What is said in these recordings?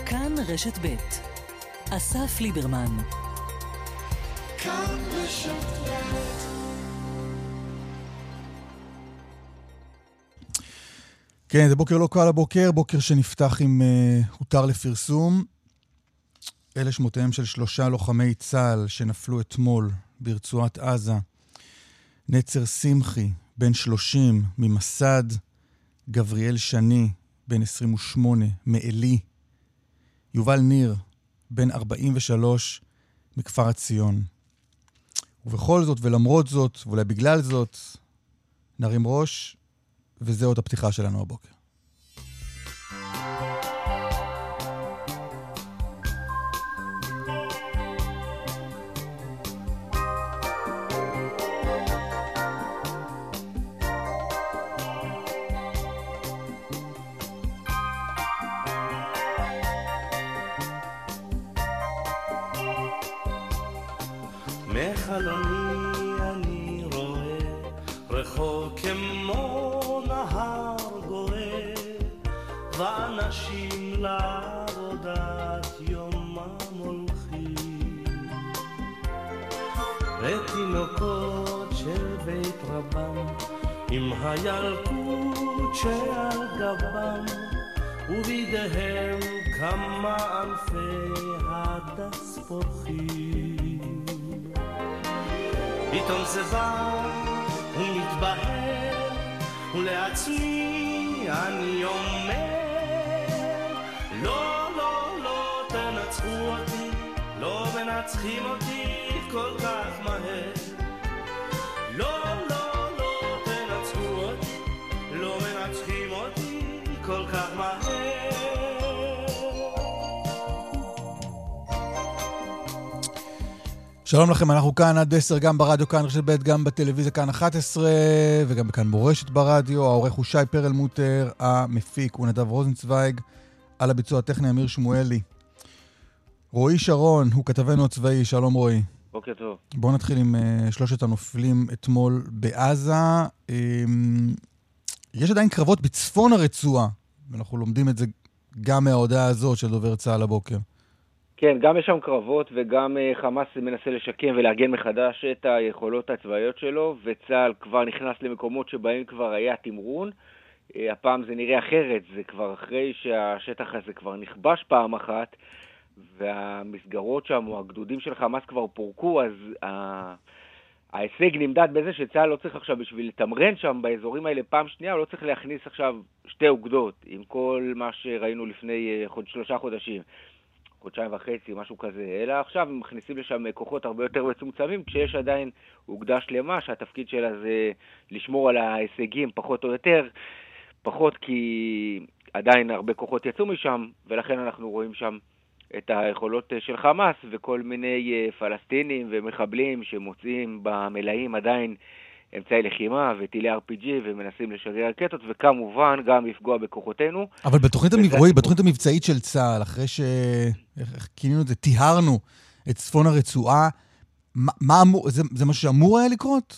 כאן רשת ב' אסף ליברמן. כאן רשת ב'. כן, זה בוקר לא קל הבוקר, בוקר שנפתח עם הותר לפרסום. אלה שמותיהם של 3 לוחמי צה"ל שנפלו אתמול ברצועת עזה. נצר שמחי, בן 30, ממסד, גבריאל שני, בן 28, מאלי, יובל ניר, בן 43, מכפר הציון. ובכל זאת ולמרות זאת, ואולי בגלל זאת, נרים ראש, וזה עוד הפתיחה שלנו הבוקר. מחלוני אני רואה רחוק כמו נהר גואה ואנשים לעבודת יומם הולכים ותינוקות של בית רבם עם הילקוט שעל גבם ובידיהם כמה ענפי הדס פורחים פתאום זה בא ומתבהר ולעצמי אני אומר לא, לא, לא תנצחו אותי לא מנצחים אותי כל כך מהר לא, לא, לא תנצחו אותי לא מנצחים אותי כל כך מהר שלום לכם, אנחנו כאן עד 10, גם ברדיו כאן רשת ב', גם בטלוויזיה כאן 11, וגם כאן מורשת ברדיו. העורך הוא שי פרלמוטר, המפיק הוא נדב רוזנצוויג, על הביצוע הטכני אמיר שמואלי. רועי שרון הוא כתבנו הצבאי, שלום רועי. בוקר טוב. בואו נתחיל עם שלושת הנופלים אתמול בעזה. יש עדיין קרבות בצפון הרצועה, ואנחנו לומדים את זה גם מההודעה הזאת של דובר צה"ל הבוקר. כן, גם יש שם קרבות וגם חמאס מנסה לשקם ולארגן מחדש את היכולות הצבאיות שלו, וצה"ל כבר נכנס למקומות שבהם כבר היה תמרון. הפעם זה נראה אחרת, זה כבר אחרי שהשטח הזה כבר נכבש פעם אחת, והמסגרות שם או הגדודים של חמאס כבר פורקו, אז ההישג נמדד בזה שצה"ל לא צריך עכשיו בשביל לתמרן שם באזורים האלה פעם שנייה, הוא לא צריך להכניס עכשיו 2 אוגדות עם כל מה שראינו לפני 3 חודשים. חודשיים וחצי, משהו כזה, אלא עכשיו מכניסים לשם כוחות הרבה יותר מצומצמים, כשיש עדיין אוגדה שלמה, שהתפקיד שלה זה לשמור על ההישגים פחות או יותר, פחות כי עדיין הרבה כוחות יצאו משם, ולכן אנחנו רואים שם את היכולות של חמאס, וכל מיני פלסטינים ומחבלים שמוצאים במלאים עדיין אמצעי לחימה וטילי RPG ומנסים לשגר רקטות, וכמובן גם לפגוע בכוחותינו. אבל בתוכנית המבצעית של צה"ל, אחרי שכינינו את זה, טיהרנו את צפון הרצועה, זה משהו שאמור היה לקרות?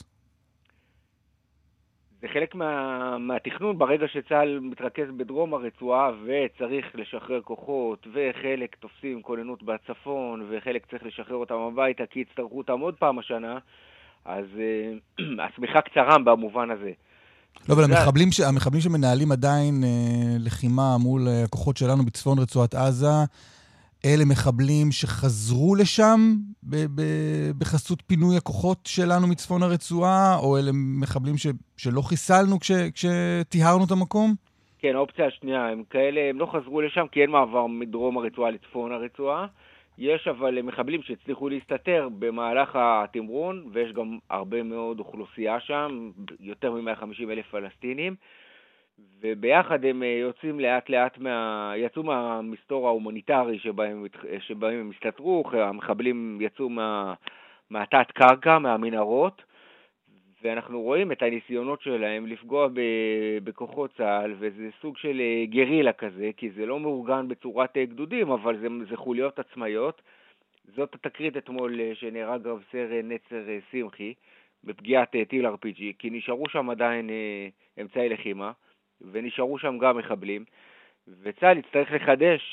זה חלק מהתכנון, ברגע שצה"ל מתרכז בדרום הרצועה וצריך לשחרר כוחות, וחלק תופסים כוננות בצפון, וחלק צריך לשחרר אותם הביתה, כי יצטרכו אותם עוד פעם השנה, אז השמיכה קצרה במובן הזה. לא, אבל המחבלים שמנהלים עדיין לחימה מול הכוחות שלנו בצפון רצועת עזה, אלה מחבלים שחזרו לשם בחסות פינוי הכוחות שלנו מצפון הרצועה, או אלה מחבלים שלא חיסלנו כשטיהרנו את המקום? כן, האופציה השנייה, הם כאלה, הם לא חזרו לשם כי אין מעבר מדרום הרצועה לצפון הרצועה. יש אבל מחבלים שהצליחו להסתתר במהלך התמרון, ויש גם הרבה מאוד אוכלוסייה שם, יותר מ-150,000 פלסטינים, וביחד הם יוצאים לאט לאט יצאו מהמסתור ההומניטרי שבהם הם הסתתרו, המחבלים יצאו מהתת קרקע, מהמנהרות, ואנחנו רואים את הניסיונות שלהם לפגוע בכוחות צה"ל, וזה סוג של גרילה כזה, כי זה לא מאורגן בצורת גדודים, אבל זה חוליות עצמאיות. זאת התקרית אתמול שנהרג רב סרן נצר שמחי, בפגיעת טיל RPG, כי נשארו שם עדיין אמצעי לחימה, ונשארו שם גם מחבלים, וצה"ל יצטרך לחדש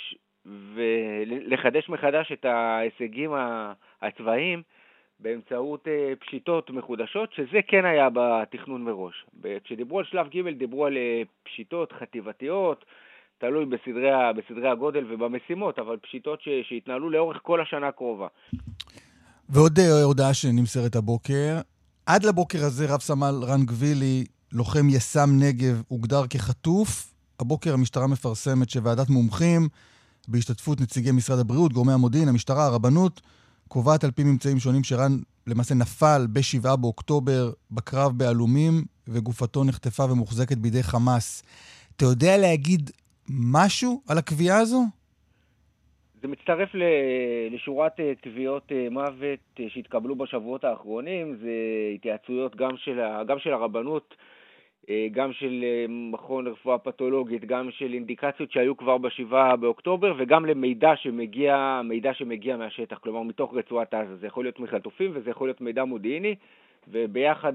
ולחדש מחדש את ההישגים הצבאיים באמצעות פשיטות מחודשות, שזה כן היה בתכנון מראש. כשדיברו על שלב ג' דיברו על פשיטות חטיבתיות, תלוי בסדרי הגודל ובמשימות, אבל פשיטות שהתנהלו לאורך כל השנה הקרובה. ועוד הודעה שנמסרת הבוקר, עד לבוקר הזה רב סמל רן גבילי, לוחם יס"מ נגב, הוגדר כחטוף. הבוקר המשטרה מפרסמת שוועדת מומחים, בהשתתפות נציגי משרד הבריאות, גורמי המודיעין, המשטרה, הרבנות, קובעת על פי ממצאים שונים שרן למעשה נפל ב-7 באוקטובר בקרב באלומים, וגופתו נחטפה ומוחזקת בידי חמאס. אתה יודע להגיד משהו על הקביעה הזו? זה מצטרף לשורת תביעות מוות שהתקבלו בשבועות האחרונים, זה התייעצויות גם של הרבנות, גם של מכון רפואה פתולוגית, גם של אינדיקציות שהיו כבר ב-7 באוקטובר, וגם למידע שמגיע מהשטח, כלומר מתוך רצועת עזה. זה יכול להיות מחטופים וזה יכול להיות מידע מודיעיני, וביחד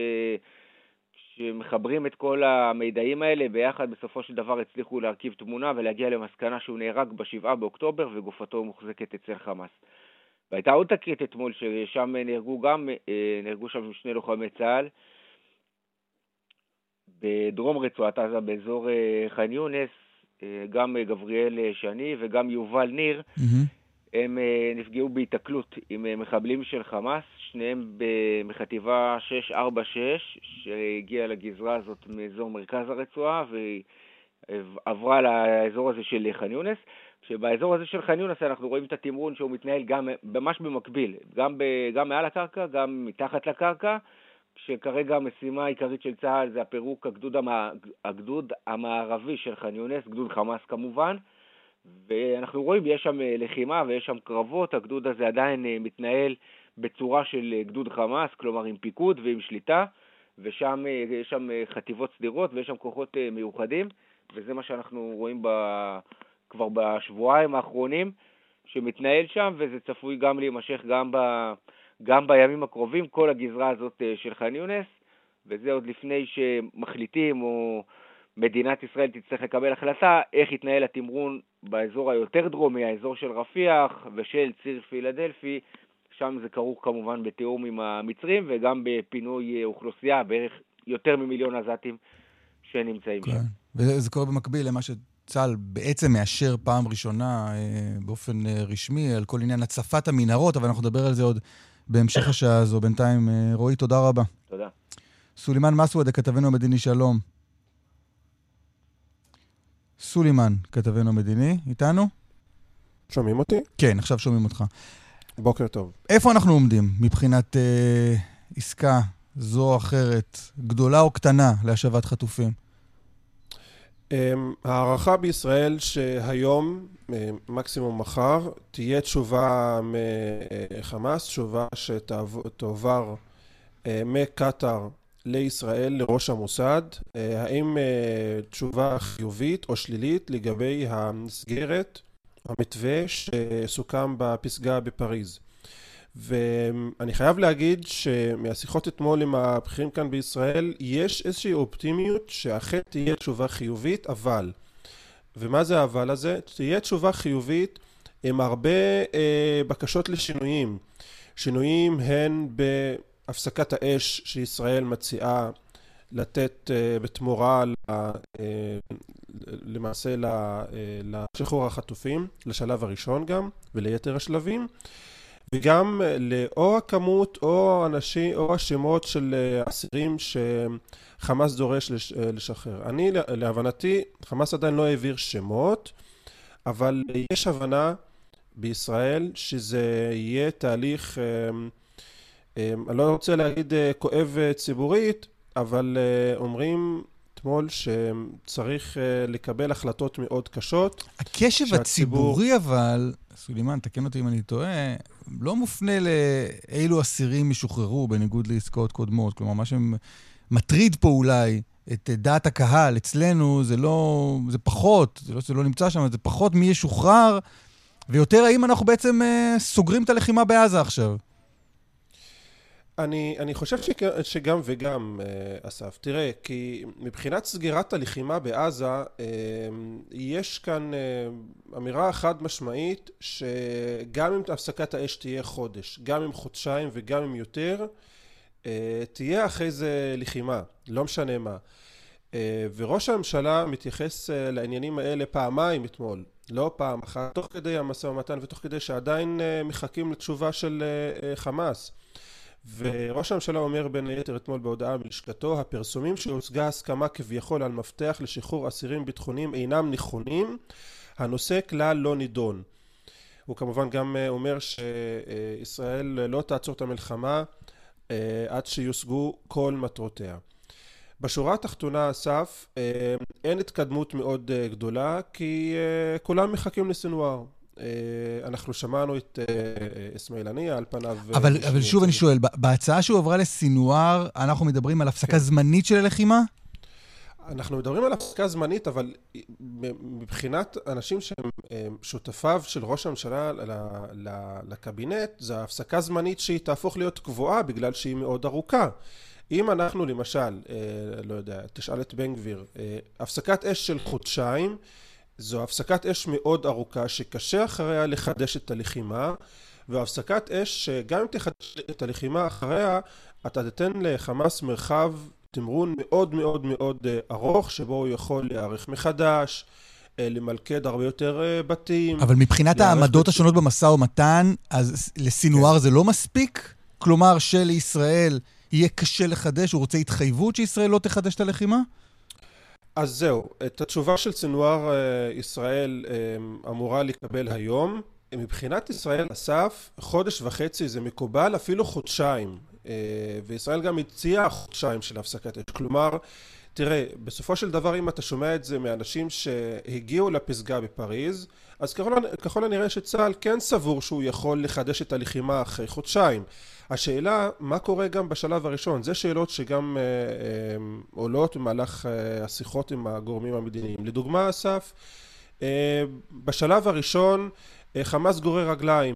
כשמחברים את כל המידעים האלה, ביחד בסופו של דבר הצליחו להרכיב תמונה ולהגיע למסקנה שהוא נהרג ב-7 באוקטובר וגופתו מוחזקת אצל חמאס. והייתה עוד תקרית אתמול ששם נהרגו שם 2 לוחמי צה"ל, בדרום רצועת עזה, באזור ח'אן יונס, גם גבריאל שני וגם יובל ניר, הם נפגעו בהתקלות עם מחבלים של חמאס, שניהם בחטיבה 646, שהגיעה לגזרה הזאת מאזור מרכז הרצועה, ועברה לאזור הזה של ח'אן יונס. שבאזור הזה של ח'אן יונס אנחנו רואים את התמרון שהוא מתנהל גם ממש במקביל, גם מעל הקרקע, גם מתחת לקרקע, שכרגע המשימה העיקרית של צה"ל זה הפירוק הגדוד המערבי של ח'אן יונס, גדוד חמאס כמובן, ואנחנו רואים, יש שם לחימה ויש שם קרבות, הגדוד הזה עדיין מתנהל בצורה של גדוד חמאס, כלומר עם פיקוד ועם שליטה, ושם יש שם חטיבות סדירות ויש שם כוחות מיוחדים, וזה מה שאנחנו רואים כבר בשבועיים האחרונים שמתנהל שם, וזה צפוי גם להימשך גם בימים הקרובים, כל הגזרה הזאת של ח'אן יונס, וזה עוד לפני שמחליטים או מדינת ישראל תצטרך לקבל החלטה איך יתנהל התמרון באזור היותר דרומי, האזור של רפיח ושל ציר פילדלפי, שם זה כרוך כמובן בתיאום עם המצרים וגם בפינוי אוכלוסייה, בערך יותר ממיליון עזתים שנמצאים שם. וזה קורה במקביל למה שצה"ל בעצם מאשר פעם ראשונה באופן רשמי על כל עניין הצפת המנהרות, אבל אנחנו נדבר על זה עוד בהמשך השעה הזו. בינתיים, רועי, תודה רבה. תודה. סולימאן מסווד, כתבנו המדיני, שלום. סולימאן, כתבנו המדיני, איתנו? שומעים אותי? כן, עכשיו שומעים אותך. בוקר טוב. איפה אנחנו עומדים מבחינת עסקה זו או אחרת, גדולה או קטנה, להשבת חטופים? הערכה בישראל שהיום, מקסימום מחר, תהיה תשובה מחמאס, תשובה שתעבר מקטר לישראל, לראש המוסד. האם תשובה חיובית או שלילית לגבי המסגרת, המתווה שסוכם בפסגה בפריז. ואני חייב להגיד שמהשיחות אתמול עם הבכירים כאן בישראל, יש איזושהי אופטימיות שאכן תהיה תשובה חיובית, אבל, ומה זה האבל הזה? תהיה תשובה חיובית עם הרבה בקשות לשינויים. שינויים הן בהפסקת האש שישראל מציעה לתת בתמורה למעשה לשחרור החטופים, לשלב הראשון גם, וליתר השלבים. וגם לאו הכמות או האנשים או השמות של אסירים שחמאס דורש לשחרר. אני, להבנתי, חמאס עדיין לא העביר שמות, אבל יש הבנה בישראל שזה יהיה תהליך, אני לא רוצה להגיד כואב ציבורית, אבל אומרים אתמול שצריך לקבל החלטות מאוד קשות. הקשב הציבורי אבל, סולימאן, תקן אותי אם אני טועה, לא מופנה לאילו אסירים ישוחררו בניגוד לעסקאות קודמות. כלומר, מה שמטריד פה אולי את דעת הקהל אצלנו, זה פחות, זה לא נמצא שם, זה פחות מי ישוחרר, ויותר האם אנחנו בעצם סוגרים את הלחימה בעזה עכשיו. אני חושב שגם וגם, אסף. תראה, כי מבחינת סגירת הלחימה בעזה, יש כאן אמירה חד משמעית שגם אם הפסקת האש תהיה חודש, גם אם חודשיים וגם אם יותר, תהיה אחרי זה לחימה, לא משנה מה. וראש הממשלה מתייחס לעניינים האלה פעמיים אתמול, לא פעם אחת, תוך כדי המשא ומתן ותוך כדי שעדיין מחכים לתשובה של חמאס. וראש הממשלה אומר בין היתר אתמול בהודעה מלשכתו, הפרסומים שהושגה הסכמה כביכול על מפתח לשחרור אסירים ביטחוניים אינם נכונים, הנושא כלל לא נידון. הוא כמובן גם אומר שישראל לא תעצור את המלחמה עד שיושגו כל מטרותיה. בשורה התחתונה, אסף, אין התקדמות מאוד גדולה כי כולם מחכים לסנואר. אנחנו שמענו את אסמאעיל הנייה על פניו. אבל שוב אני שואל, בהצעה שהוא עברה לסינואר, אנחנו מדברים על הפסקה זמנית של הלחימה? אנחנו מדברים על הפסקה זמנית, אבל מבחינת אנשים שהם שותפיו של ראש הממשלה לקבינט, זו הפסקה זמנית שהיא תהפוך להיות קבועה בגלל שהיא מאוד ארוכה. אם אנחנו למשל, לא יודע, תשאל את בן גביר, הפסקת אש של חודשיים, זו הפסקת אש מאוד ארוכה שקשה אחריה לחדש את הלחימה, והפסקת אש שגם אם תחדש את הלחימה אחריה, אתה תתן לחמאס מרחב תמרון מאוד מאוד מאוד ארוך, שבו הוא יכול להיערך מחדש, למלכד הרבה יותר בתים. אבל מבחינת העמדות השונות במשא ומתן, אז לסינואר זה לא מספיק? כלומר שלישראל יהיה קשה לחדש, הוא רוצה התחייבות שישראל לא תחדש את הלחימה? אז זהו, את התשובה של סנואר ישראל אמורה לקבל היום. מבחינת ישראל, אסף, חודש וחצי זה מקובל, אפילו חודשיים. וישראל גם הציעה חודשיים של הפסקת אש. כלומר, תראה, בסופו של דבר אם אתה שומע את זה מאנשים שהגיעו לפסגה בפריז, אז ככל הנראה שצה"ל כן סבור שהוא יכול לחדש את הלחימה אחרי חודשיים. השאלה, מה קורה גם בשלב הראשון? זה שאלות שגם עולות במהלך השיחות עם הגורמים המדיניים. לדוגמה, אסף, בשלב הראשון חמאס גורר רגליים,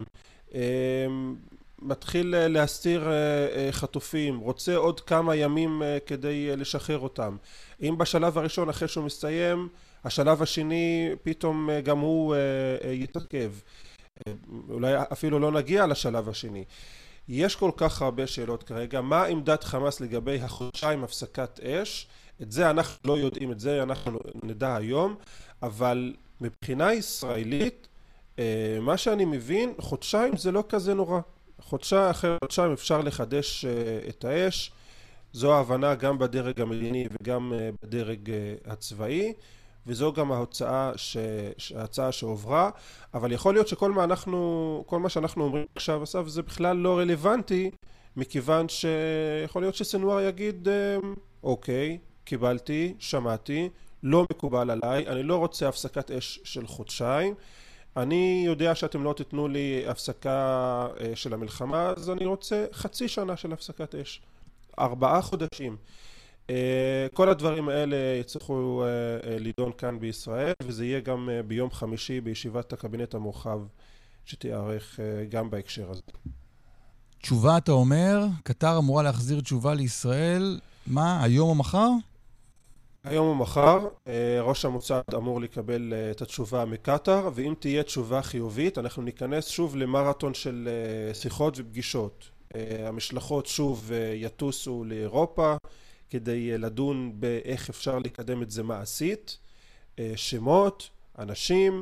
מתחיל להסתיר חטופים, רוצה עוד כמה ימים כדי לשחרר אותם. אם בשלב הראשון אחרי שהוא מסתיים, השלב השני פתאום גם הוא יתעכב. אולי אפילו לא נגיע לשלב השני. יש כל כך הרבה שאלות כרגע. מה עמדת חמאס לגבי החודשיים הפסקת אש? את זה אנחנו לא יודעים, את זה אנחנו נדע היום, אבל מבחינה ישראלית, מה שאני מבין, חודשיים זה לא כזה נורא. אחרי חודשיים אפשר לחדש את האש. זו ההבנה גם בדרג המדיני וגם בדרג הצבאי, וזו גם ההצעה שהועברה, אבל יכול להיות שכל מה שאנחנו אומרים עכשיו, אסף, זה בכלל לא רלוונטי, מכיוון שיכול להיות שסנואר יגיד, אוקיי, קיבלתי, שמעתי, לא מקובל עליי, אני לא רוצה הפסקת אש של חודשיים, אני יודע שאתם לא תתנו לי הפסקה של המלחמה, אז אני רוצה חצי שנה של הפסקת אש, 4 חודשים. כל הדברים האלה יצטרכו לידון כאן בישראל, וזה יהיה גם ביום חמישי בישיבת הקבינט המורחב שתיערך גם בהקשר הזה. תשובה, אתה אומר, קטר אמורה להחזיר תשובה לישראל, מה, היום או מחר? היום או מחר, ראש המוסד אמור לקבל את התשובה מקטר, ואם תהיה תשובה חיובית, אנחנו ניכנס שוב למרתון של שיחות ופגישות. המשלחות שוב יטוסו לאירופה, כדי לדון באיך אפשר לקדם את זה מעשית, שמות, אנשים,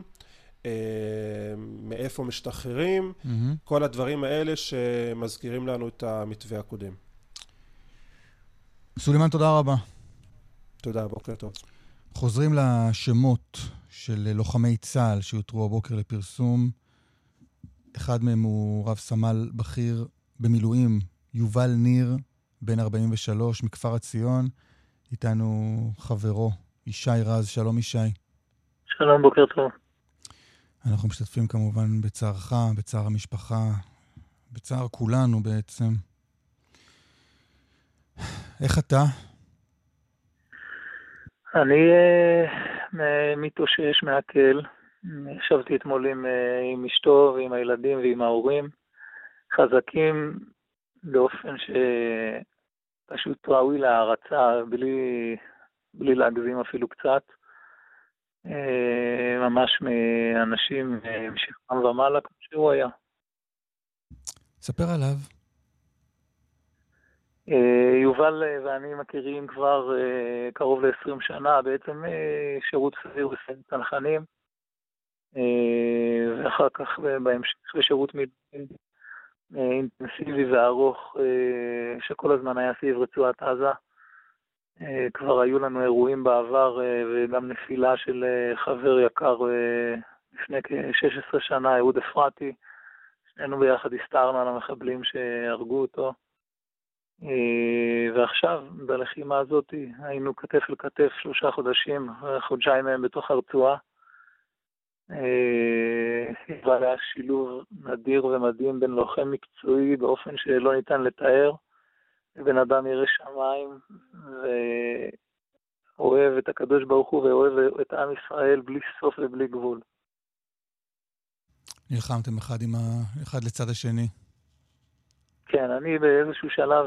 מאיפה משתחררים, כל הדברים האלה שמזכירים לנו את המתווה הקודם. סולימן, תודה רבה. תודה, בוקר טוב. חוזרים לשמות של לוחמי צה"ל שיותרו הבוקר לפרסום. אחד מהם הוא רב סמל בכיר במילואים, יובל ניר, בן 43 מכפר הציון. איתנו חברו, ישי רז. שלום ישי. שלום, בוקר טוב. אנחנו משתתפים כמובן בצערך, בצער המשפחה, בצער כולנו בעצם. איך אתה? אני מתאושש מהקל. ישבתי אתמול עם אשתו ועם הילדים ועם ההורים. חזקים, באופן שפשוט ראוי להערצה, בלי להגזים אפילו קצת. ממש מאנשים משכמם ומעלה כמו שהוא היה. ספר עליו. יובל ואני מכירים כבר קרוב ל-20 שנה, בעצם שירות סדיר בצנחנים, ואחר כך בהמשך לשירות מילואים אינטנסיבי וארוך שכל הזמן היה סביב רצועת עזה. כבר היו לנו אירועים בעבר וגם נפילה של חבר יקר לפני כ-16 שנה, אהוד אפרתי. שנינו ביחד הסתערנו על המחבלים שהרגו אותו. ועכשיו בלחימה הזאת היינו כתף אל כתף 3 חודשים, חודשיים מהם בתוך הרצועה. היה שילוב נדיר ומדהים בין לוחם מקצועי באופן שלא ניתן לתאר, בן אדם ירא שמיים ואוהב את הקדוש ברוך הוא ואוהב את עם ישראל בלי סוף ובלי גבול. נלחמתם אחד לצד השני. כן, אני באיזשהו שלב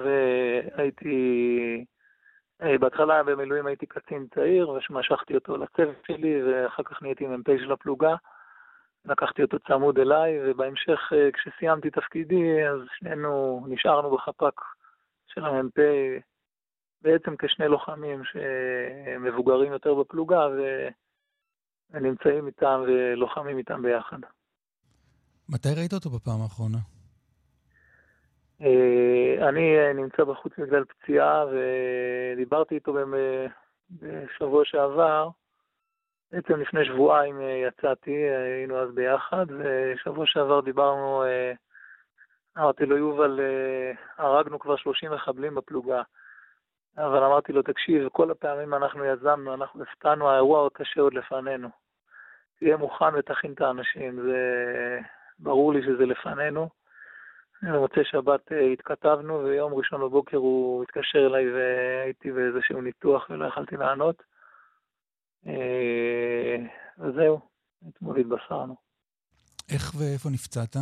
בהתחלה במילואים הייתי קצין צעיר, ומשכתי אותו לצוות שלי, ואחר כך נהייתי מ"פ של הפלוגה. לקחתי אותו צמוד אליי, ובהמשך כשסיימתי תפקידי, אז שנינו נשארנו בחפ"ק של המ"פ, בעצם כשני לוחמים שמבוגרים יותר בפלוגה, ונמצאים איתם ולוחמים איתם ביחד. מתי ראית אותו בפעם האחרונה? אני נמצא בחוץ בגלל פציעה, ודיברתי איתו בשבוע שעבר. בעצם לפני שבועיים יצאתי, היינו אז ביחד, ושבוע שעבר דיברנו, אמרתי לו, יובל, הרגנו כבר 30 מחבלים בפלוגה, אבל אמרתי לו, תקשיב, כל הפעמים אנחנו יזמנו, אנחנו הפתענו, האירוע הקשה עוד לפנינו. תהיה מוכן ותכין את האנשים, זה ברור לי שזה לפנינו. במוצאי שבת התכתבנו, ויום ראשון בבוקר הוא התקשר אליי והייתי באיזשהו ניתוח ולא יכלתי לענות. וזהו, אתמול התבשרנו. איך ואיפה נפצעת?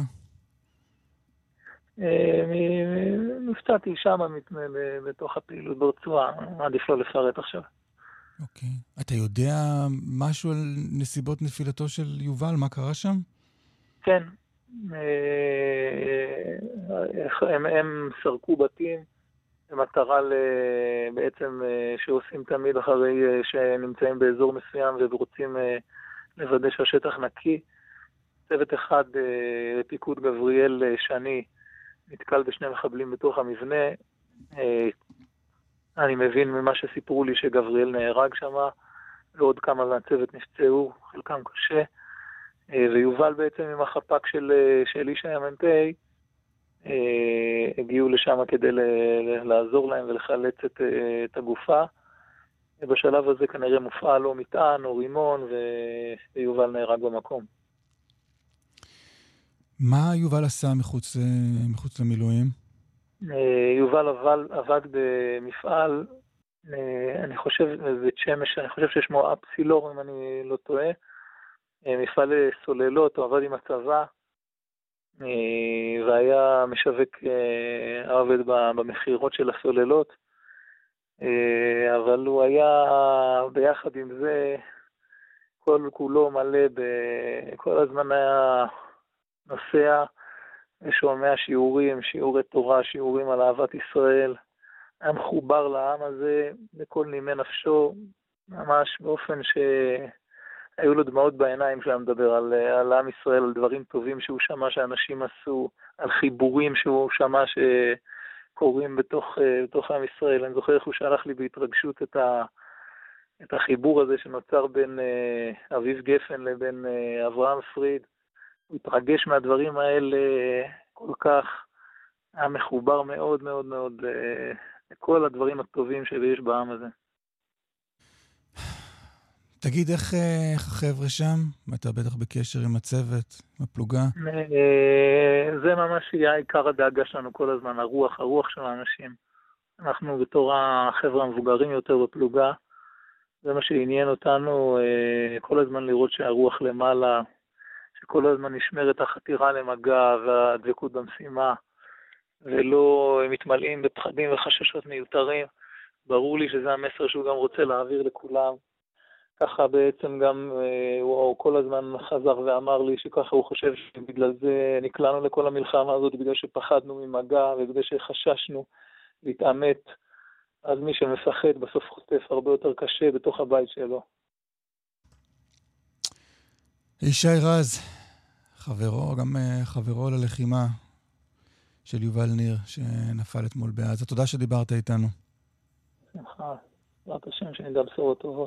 נפצעתי שם בתוך הפעילות ברצועה, עדיף לא לפרט עכשיו. אוקיי. אתה יודע משהו על נסיבות נפילתו של יובל? מה קרה שם? כן. הם סרקו בתים במטרה בעצם שעושים תמיד אחרי שנמצאים באזור מסוים ורוצים לוודא שהשטח נקי. צוות אחד בפיקוד גבריאל שני נתקל בשני מחבלים בתוך המבנה. אני מבין ממה שסיפרו לי שגבריאל נהרג שם, ועוד כמה מהצוות נפצעו, חלקם קשה. ויובל בעצם עם החפ"ק של איש המ"פ הגיעו לשם כדי לעזור להם ולחלץ את הגופה. ובשלב הזה כנראה מופעל או מטען או רימון, ויובל נהרג במקום. מה יובל עשה מחוץ למילואים? יובל עבד במפעל, אני חושב, בבית שמש, אני חושב ששמו אפסילור, אם אני לא טועה. מפעל סוללות, הוא עבד עם הצבא, והיה משווק, עובד במחירות של הסוללות, אבל הוא היה ביחד עם זה, כל כולו מלא, כל הזמן היה נוסע ושומע שיעורי תורה, שיעורים על אהבת ישראל, היה מחובר לעם הזה בכל נימי נפשו, ממש באופן היו לו דמעות בעיניים כשהיה מדבר על עם ישראל, על דברים טובים שהוא שמע שאנשים עשו, על חיבורים שהוא שמע שקורים בתוך עם ישראל. אני זוכר איך הוא שלח לי בהתרגשות את החיבור הזה שנוצר בין אביב גפן לבין אברהם פריד. הוא התרגש מהדברים האלה כל כך, היה מחובר מאוד מאוד מאוד לכל הדברים הטובים שיש בעם הזה. תגיד, איך החבר'ה שם? אתה בטח בקשר עם הצוות, עם הפלוגה? זה ממש היה עיקר הדאגה שלנו כל הזמן, הרוח של האנשים. אנחנו בתור החבר'ה המבוגרים יותר בפלוגה, זה מה שעניין אותנו, כל הזמן לראות שהרוח למעלה, שכל הזמן נשמרת החתירה למגע והדבקות במשימה. ולא מתמלאים בפחדים וחששות מיותרים. ברור לי שזה המסר שהוא גם רוצה להעביר לכולם. ככה בעצם גם הוא כל הזמן חזר ואמר לי שככה הוא חושב שבגלל זה נקלענו לכל המלחמה הזאת, בגלל שפחדנו ממגע ובגלל שחששנו להתאמת. אז מי שמפחד בסוף חוטף הרבה יותר קשה בתוך הבית שלו. ישי רז, חברו, גם חברו ללחימה של יובל ניר, שנפל אתמול בעזה. תודה שדיברת איתנו. שמחה, רק השם שנדע בשורות טובות.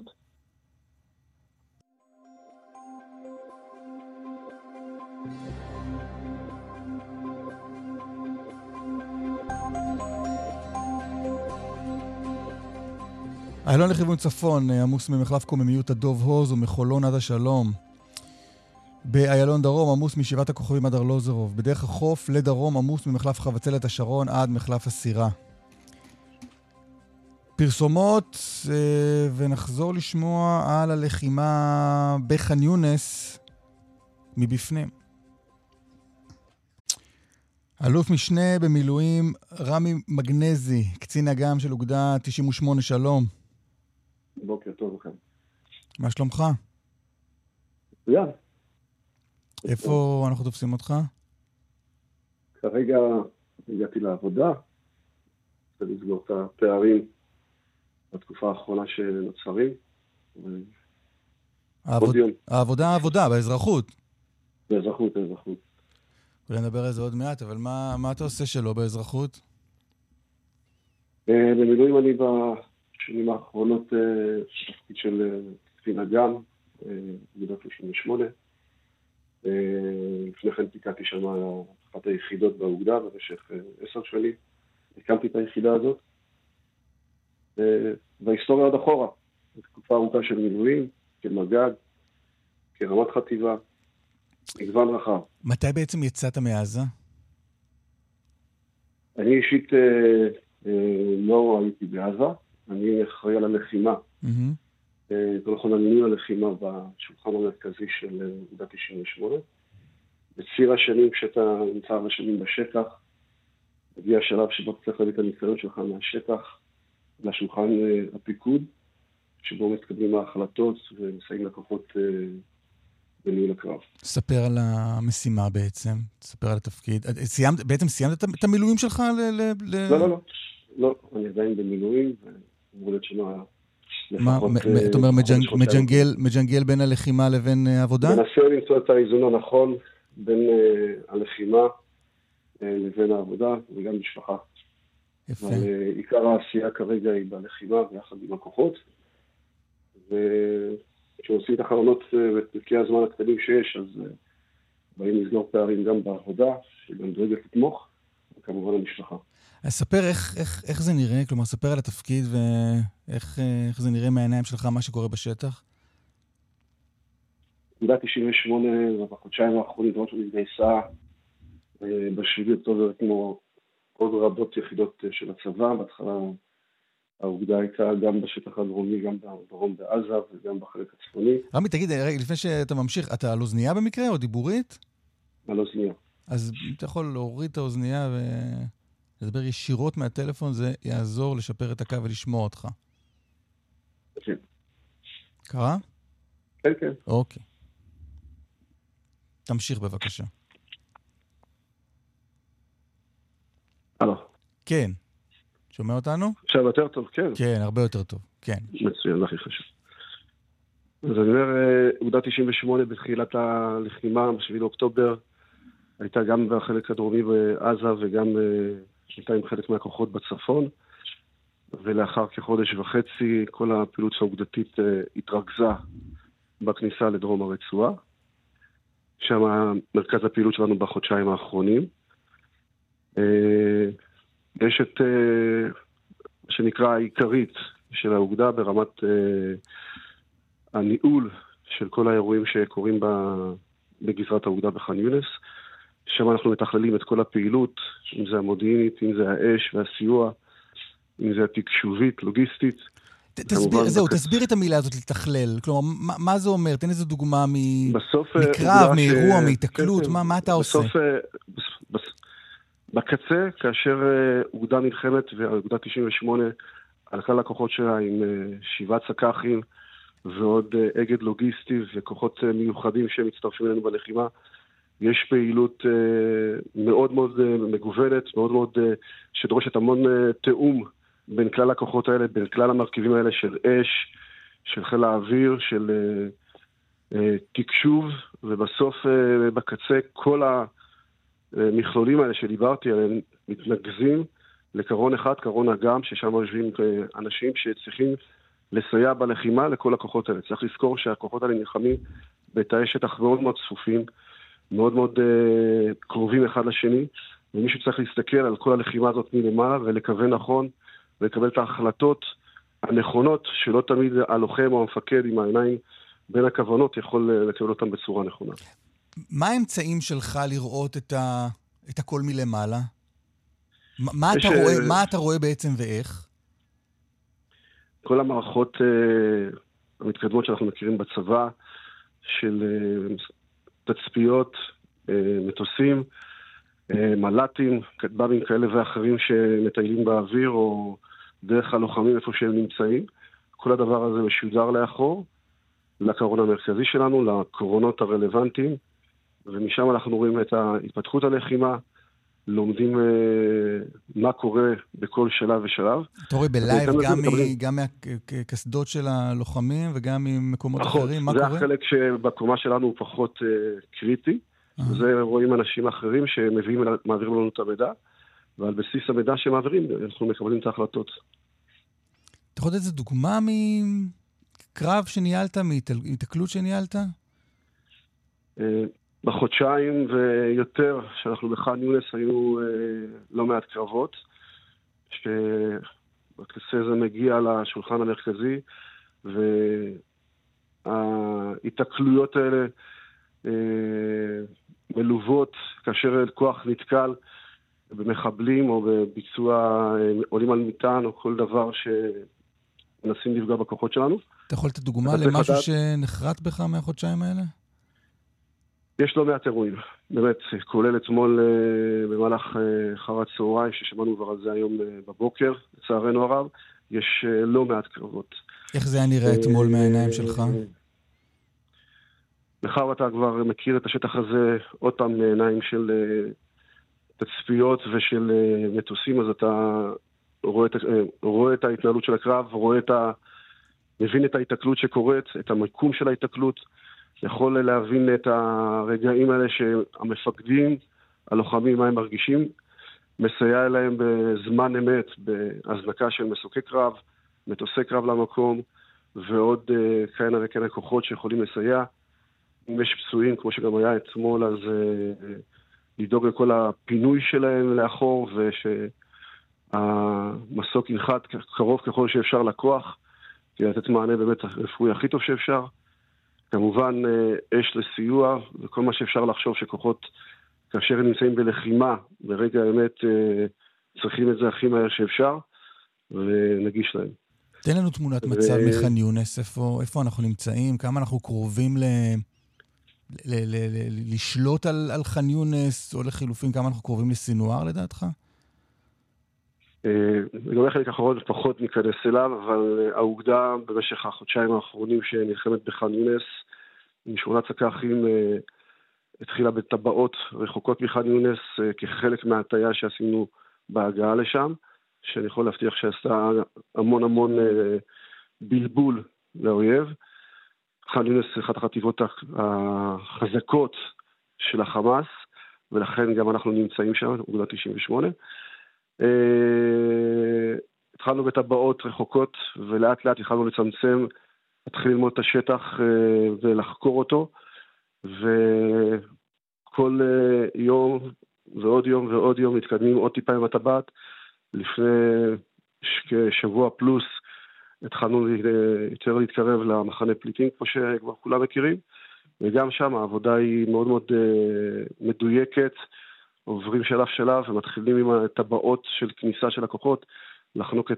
איילון לכיוון צפון, עמוס ממחלף קוממיות הדוב הוז ומחולון עד השלום. באיילון דרום עמוס משבעת הכוכבים עד ארלוזרוב. בדרך החוף לדרום עמוס ממחלף חבצלת השרון עד מחלף הסירה. פרסומות, ונחזור לשמוע על הלחימה בח'אן יונס מבפנים. אלוף משנה במילואים רמי מגנזי, קצין אג"ם של אוגדה 98, שלום. בוקר טוב לכם. מה שלומך? מצוין. איפה אנחנו תופסים אותך? כרגע הגעתי לעבודה, כדי לסגור את הפערים בתקופה האחרונה שנוצרים. העבודה, באזרחות. באזרחות. אולי נדבר על זה עוד מעט, אבל מה אתה עושה שלא באזרחות? במילואים אני בשנים האחרונות תפקיד של קצין אג"ם, אוגדה 98. לפני כן פיקדתי שם אחת היחידות באוגדה במשך 10 שנים. הקמתי את היחידה הזאת. וההיסטוריה עוד אחורה, תקופה ארוכה של מילואים, כמג"ד, כרמת חטיבה, מגוון רחב. מתי בעצם יצאת מעזה? אני אישית לא הייתי בעזה, אני אחראי על הלחימה. כל נכון על ניהול הלחימה בשולחן המרכזי של אוגדה 98. בציר השנים, כשאתה נמצא 4 שנים בשטח, הגיע השלב שבו צריך להביא את הניסיון שלך מהשטח לשולחן הפיקוד, שבו מתקבלים ההחלטות ומסייעים לכוחות בניהול הקרב. ספר על המשימה בעצם, ספר על התפקיד. בעצם סיימת את המילואים שלך? לא, אני עדיין במילואים, ואמרו לי שמה לפחות... אתה אומר מג'נגל בין הלחימה לבין העבודה? מנסה למצוא את האיזון הנכון בין הלחימה לבין העבודה וגם משפחה. יפה. עיקר העשייה כרגע היא בלחימה ביחד עם הכוחות, וכשעושים את החלונות בפרקי הזמן הקטנים שיש, אז באים לסגור פערים גם בעבודה, שגם דואגת לתמוך, וכמובן המשפחה. אז ספר איך זה נראה, כלומר ספר על התפקיד ואיך זה נראה מהעיניים שלך מה שקורה בשטח. אוגדה 98 בחודשיים האחרונים דורש להתגייסה ב7 באוקטובר כמו עוד רבות יחידות של הצבא. בהתחלה האוגדה הייתה גם בשטח הדרומי, גם בדרום בעזה וגם בחלק הצפוני. רמי, תגיד, לפני שאתה ממשיך, אתה על אוזנייה במקרה או דיבורית? על אוזנייה. אז אתה יכול להוריד את האוזנייה ולדבר ישירות מהטלפון, זה יעזור לשפר את הקו ולשמוע אותך. כן. קרה? כן. אוקיי. תמשיך בבקשה. הלו. כן. שומע אותנו? עכשיו יותר טוב, כן. כן, הרבה יותר טוב, כן. מצוין, הכי חשוב. אז אני אומר, אוגדה 98 בתחילת הלחימה, ב7 באוקטובר, הייתה גם בחלק הדרומי בעזה וגם הייתה עם חלק מהכוחות בצפון, ולאחר כחודש וחצי כל הפעילות האוגדתית התרכזה בכניסה לדרום הרצועה. שם מרכז הפעילות שלנו בחודשיים האחרונים. יש את שנקרא העיקרית של האוגדה ברמת הניהול של כל האירועים שקורים בגזרת האוגדה בח'אן יונס. שם אנחנו מתכללים את כל הפעילות, אם זה המודיעינית, אם זה האש והסיוע, אם זה התקשובית, לוגיסטית. תסביר את המילה הזאת לתכלל. כלומר, מה זה אומר? תן איזו דוגמה מקרב, מאירוע, מהתקלות, מה אתה עושה? בקצה, כאשר אוגדה נלחמת, ואוגדה 98 על כלל הכוחות שלה עם 7 צק"חים ועוד אגד לוגיסטי וכוחות מיוחדים שמצטרפים אלינו בלחימה, יש פעילות מאוד מאוד מגוונת, מאוד מאוד שדורשת המון תאום בין כלל הכוחות האלה, בין כלל המרכיבים האלה של אש, של חיל האוויר, של תקשוב, ובסוף בקצה כל המכלולים האלה שדיברתי עליהם מתנגזים לקרון אחד, קרון אגם, ששם יושבים אנשים שצריכים לסייע בלחימה לכל הכוחות האלה. צריך לזכור שהכוחות האלה נלחמים בתאי שטח מאוד מאוד צפופים, מאוד מאוד קרובים אחד לשני, ומישהו צריך להסתכל על כל הלחימה הזאת מלמעלה ולכוון נכון, ולקבל את ההחלטות הנכונות, שלא תמיד הלוחם או המפקד עם העיניים בין הכוונות יכול לקבל אותם בצורה נכונה. מה האמצעים שלך לראות את הכל מלמעלה? מה אתה רואה בעצם ואיך? כל המערכות המתקדמות שאנחנו מכירים בצבא, של תצפיות, מטוסים, מל"טים, כטב"מים כאלה ואחרים שמטיילים באוויר או דרך הלוחמים איפה שהם נמצאים. כל הדבר הזה משודר לאחור, לקרון המרכזי שלנו, לקרונות הרלוונטיים, ומשם אנחנו רואים את התפתחות הלחימה, לומדים מה קורה בכל שלב ושלב. אתה רואה בלייב גם מהקסדות של הלוחמים וגם ממקומות אחרים, מה קורה? זה החלק שבקומה שלנו הוא פחות קריטי, זה רואים אנשים אחרים שמעבירים לנו את המידע, ועל בסיס המידע שמעבירים אנחנו מקבלים את ההחלטות. אתה יכול לתת איזו דוגמה מקרב שניהלת, מהתקלות שניהלת? בחודשיים ויותר שאנחנו בח'אן יונס היו לא מעט קרבות, שבקצה זה מגיע לשולחן המרכזי, וההתקלויות האלה מלוות כאשר כוח נתקל במחבלים או בביצוע עולים על מטען או כל דבר שמנסים לפגוע בכוחות שלנו. אתה יכול לתת דוגמה למשהו שנחרט בך מהחודשיים האלה? יש לא מעט אירועים, באמת, כולל אתמול במהלך אחר הצהריים, ששמענו כבר על זה היום בבוקר, לצערנו הרב, יש לא מעט קרבות. איך זה היה נראה אתמול מהעיניים שלך? מאחר ואתה כבר מכיר את השטח הזה עוד פעם מעיניים של תצפיות ושל מטוסים, אז אתה רואה את ההתנהלות של הקרב, מבין את ההתקלות שקורית, את המיקום של ההתקלות, יכול להבין את הרגעים האלה שהמפקדים, הלוחמים, מה הם מרגישים, מסייע להם בזמן אמת, בהזנקה של מסוקי קרב, מטוסי קרב למקום, ועוד כהנה וכהנה כוחות שיכולים לסייע. אם יש פצועים, כמו שגם היה אתמול, אז לדאוג לכל הפינוי שלהם לאחור, ושהמסוק ינחת קרוב ככל שאפשר לכוח, כדי לתת מענה באמת רפואי הכי טוב שאפשר. כמובן אש לסיוע, וכל מה שאפשר לחשוב שכוחות, כאשר הם נמצאים בלחימה, ברגע האמת צריכים את זה הכי מהר שאפשר, ונגיש להם. תן לנו תמונת מצב מח'אן יונס, איפה אנחנו נמצאים, כמה אנחנו קרובים לשלוט על ח'אן יונס, או לחילופין, כמה אנחנו קרובים לסינואר לדעתך? לגבי חלק האחרון פחות ניכנס אליו, אבל האוגדה במשך החודשיים האחרונים שנלחמת בח'אן יונס, עם 8 צק"חים, התחילה בטבעות רחוקות מח'אן יונס, כחלק מההטיה שעשינו בהגעה לשם, שאני יכול להבטיח שעשתה המון בלבול לאויב. ח'אן יונס היא אחת החטיבות החזקות של החמאס, ולכן גם אנחנו נמצאים שם, אוגדה 98. התחלנו בטבעות רחוקות, ולאט לאט התחלנו לצמצם, התחיל ללמוד את השטח ולחקור אותו, וכל יום ועוד יום ועוד יום מתקדמים עוד טיפה עם הטבעת. לפני כשבוע פלוס התחלנו יותר להתקרב למחנה פליטים, כמו שכבר כולם מכירים, וגם שם העבודה היא מאוד מאוד מדויקת, עוברים שלב שלב ומתחילים עם הטבעות של כניסה של הכוחות, לחנוק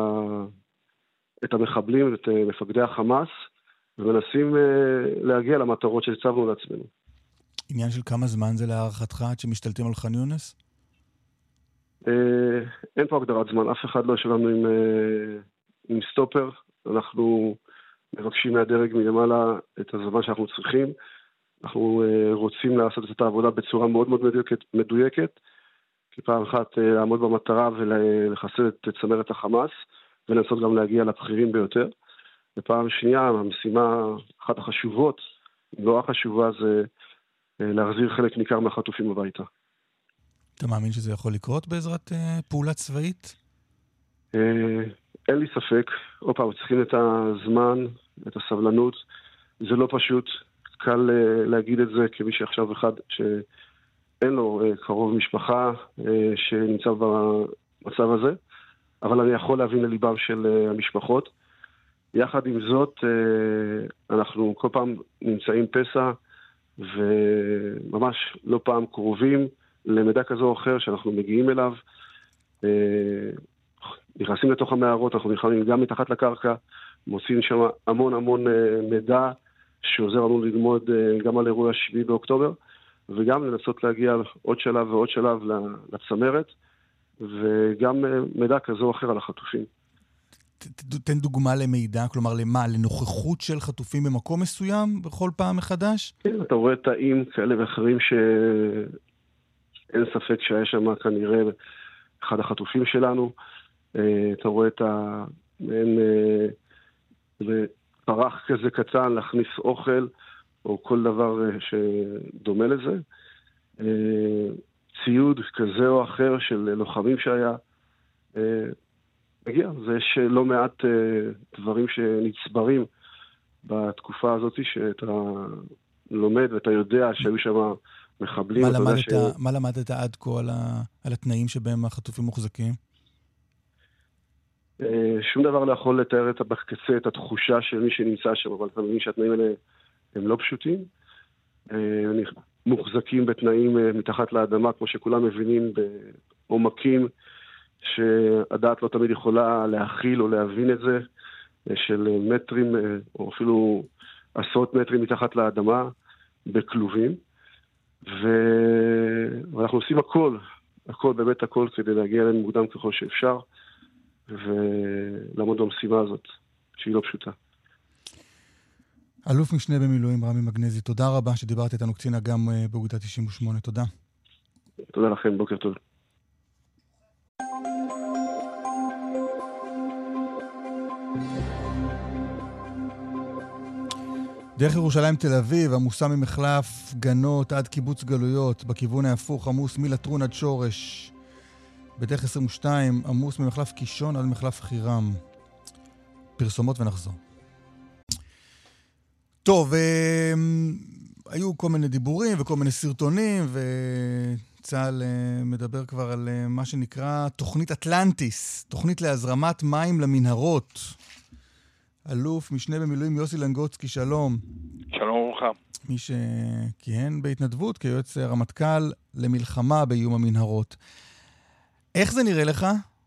את המחבלים, את מפקדי החמאס, ומנסים להגיע למטרות שהצבנו לעצמנו. עניין של כמה זמן זה להערכתך עד שמשתלטים על ח'אן יונס? אין פה הגדרת זמן, אף אחד לא יושב לנו עם סטופר, אנחנו מבקשים מהדרג מלמעלה את הזמן שאנחנו צריכים, אנחנו רוצים לעשות את העבודה בצורה מאוד מאוד מדויקת, כי פעם אחת לעמוד במטרה ולחסל את צמרת החמאס, ולנסות גם להגיע לבכירים ביותר. ופעם שנייה, המשימה, אחת החשובות, לא החשובה, זה להחזיר חלק ניכר מהחטופים הביתה. אתה מאמין שזה יכול לקרות בעזרת פעולה צבאית? אין לי ספק. עוד פעם, צריכים את הזמן, את הסבלנות. זה לא פשוט. קל להגיד את זה כמי שעכשיו אחד שאין לו קרוב משפחה שנמצא במצב הזה, אבל אני יכול להבין לליבם של המשפחות. יחד עם זאת, אנחנו כל פעם נמצאים פסע, וממש לא פעם קרובים למידע כזו או אחר שאנחנו מגיעים אליו. נכנסים לתוך המערות, אנחנו נכנסים גם מתחת לקרקע, מוצאים שם המון מידע שעוזר לנו ללמוד גם על אירוע 7 באוקטובר, וגם לנסות להגיע עוד שלב ועוד שלב לצמרת, וגם מידע כזו או אחר על החטופים. תן דוגמה למידע, כלומר למה? לנוכחות של חטופים במקום מסוים בכל פעם מחדש? כן, אתה רואה תאים כאלה ואחרים שאין ספק שהיה שם כנראה אחד החטופים שלנו. אתה רואה את פרח כזה קטן להכניס אוכל או כל דבר שדומה לזה. ציוד כזה או אחר של לוחמים שהיה מגיע. זה יש לא מעט דברים שנצברים בתקופה הזאת שאתה לומד ואתה יודע שהיו שם מחבלים. מה למדת עד כה על התנאים שבהם החטופים מוחזקים? שום דבר לא יכול לתאר בקצה את התחושה של מי שנמצא שם, אבל אתה מבין שהתנאים האלה הם לא פשוטים. מוחזקים בתנאים מתחת לאדמה, כמו שכולם מבינים, בעומקים שהדעת לא תמיד יכולה להכיל או להבין את זה, של מטרים או אפילו עשרות מטרים מתחת לאדמה, בכלובים. ואנחנו עושים הכל, באמת הכל, כדי להגיע אליהם מוקדם ככל שאפשר, ולעמוד במשימה הזאת, שהיא לא פשוטה. אלוף משנה במילואים רמי מגנזי, תודה רבה שדיברת איתנו, קצין אג"ם באוגדה 98, תודה. תודה לכם, בוקר טוב. דרך ירושלים תל אביב עמוסה ממחלף גנות עד קיבוץ גלויות, בכיוון ההפוך עמוס מלטרון עד שורש. בדרך 22 עמוס ממחלף קישון עד מחלף חירם. פרסומות ונחזור. טוב, היו כל מיני דיבורים וכל מיני סרטונים, וצה"ל מדבר כבר על מה שנקרא תוכנית אטלנטיס, תוכנית להזרמת מים למנהרות. אלוף משנה במילואים יוסי לנגוצקי, שלום. שלום וברכה. מי שכיהן בהתנדבות כיועץ רמטכ"ל למלחמה באיום המנהרות. איך זה נראה לך?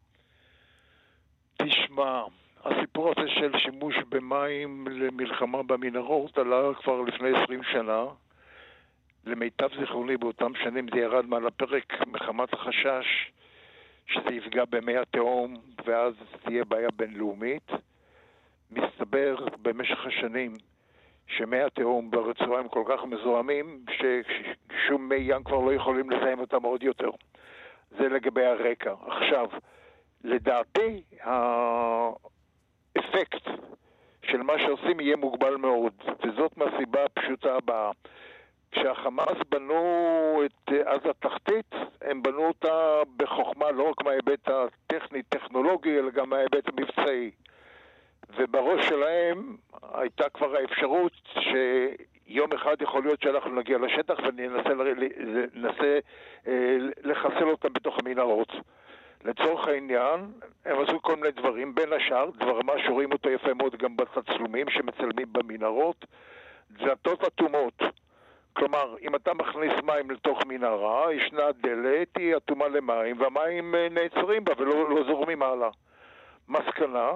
תשמע, הסיפור הזה של שימוש במים למלחמה במנהרות עלה כבר לפני 20 שנה. למיטב זיכרוני באותם שנים זה ירד מעל הפרק מחמת החשש שזה יפגע במי התהום ואז תהיה בעיה בינלאומית. מסתבר במשך השנים שמי התהום ברצועה הם כל כך מזוהמים ששום מי ים כבר לא יכולים לזהם אותם עוד יותר. זה לגבי הרקע. עכשיו, לדעתי האפקט של מה שעושים יהיה מוגבל מאוד, וזאת מהסיבה הפשוטה הבאה. כשהחמאס בנו את עזה תחתית, הם בנו אותה בחוכמה לא רק מההיבט הטכני-טכנולוגי, אלא גם מההיבט המבצעי. ובראש שלהם הייתה כבר האפשרות שיום אחד יכול להיות שאנחנו נגיע לשטח וננסה לחסל אותם בתוך המנהרות. לצורך העניין, הם עשו כל מיני דברים, בין השאר, דבר מה שרואים אותו יפה מאוד גם בתצלומים שמצלמים במנהרות, דלתות אטומות. כלומר, אם אתה מכניס מים לתוך מנהרה, ישנה דלת, היא אטומה למים, והמים נעצרים בה ולא זורמים הלאה. מסקנה,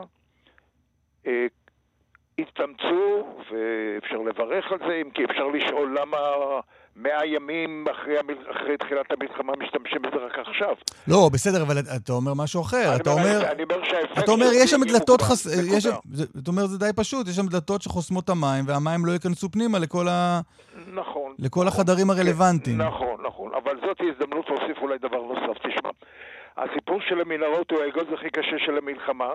התאמצו, ואפשר לברך על זה, אם כי אפשר לשאול למה 100 ימים אחרי תחילת המלחמה משתמשים בזה רק עכשיו. לא, בסדר, אבל אתה אומר משהו אחר. אתה אומר, יש שם דלתות אתה אומר, זה די פשוט, יש שם דלתות שחוסמות המים, והמים לא ייכנסו פנימה לכל החדרים הרלוונטיים. נכון, אבל זאת הזדמנות להוסיף אולי דבר נוסף. תשמע, הסיפור של המנהרות הוא האגוז הכי קשה של המלחמה,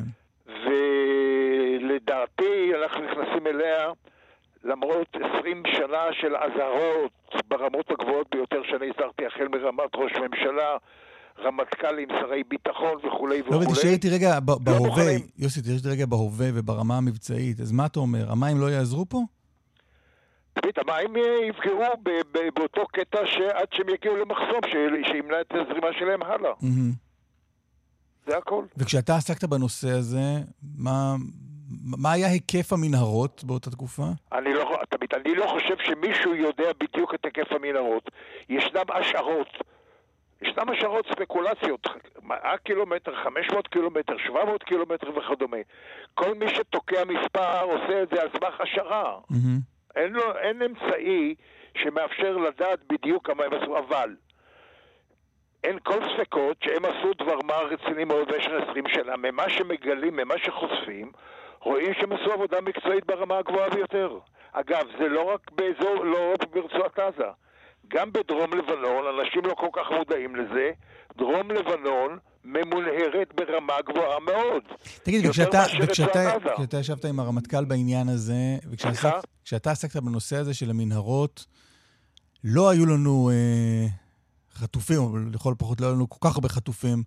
ולדעתי אנחנו נכנסים אליה למרות 20 שנה של אזהרות ברמות הגבוהות ביותר שאני הזהרתי, החל מרמת ראש ממשלה, רמטכ"לים, שרי ביטחון וכולי וכולי. לא, ותשאר איתי רגע בהווה, יוסי, תשאר איתי רגע בהווה וברמה המבצעית, אז מה אתה אומר? המים לא יעזרו פה? המים יפגעו באותו קטע שעד שהם יגיעו למחסום, שימנע את הזרימה שלהם הלאה. זה הכל. וכשאתה עסקת בנושא הזה, מה היה היקף המנהרות באותה תקופה? אני לא חושב שמישהו יודע בדיוק את היקף המנהרות. ישנם השערות ספקולציות, 100 קילומטר, 500 קילומטר, 700 קילומטר וכדומה. כל מי שתוקע מספר עושה את זה על סמך השערה. אין אמצעי שמאפשר לדעת בדיוק כמה הם עשו, אבל אין כל ספקות שהם עשו דבר מה רציני מאוד במשך 20 שנה. ממה שמגלים, ממה שחושפים, רואים שהם עשו עבודה מקצועית ברמה הגבוהה ביותר. אגב, זה לא רק ברצועת עזה. גם בדרום לבנון, אנשים לא כל כך מודעים לזה, דרום לבנון ממונהרת ברמה גבוהה מאוד. תגיד, כשאתה ישבת עם הרמטכ"ל בעניין הזה, וכשאתה עסקת בנושא הזה של המנהרות, לא היו לנו חטופים, או לכל פחות לא היו לנו כל כך הרבה חטופים.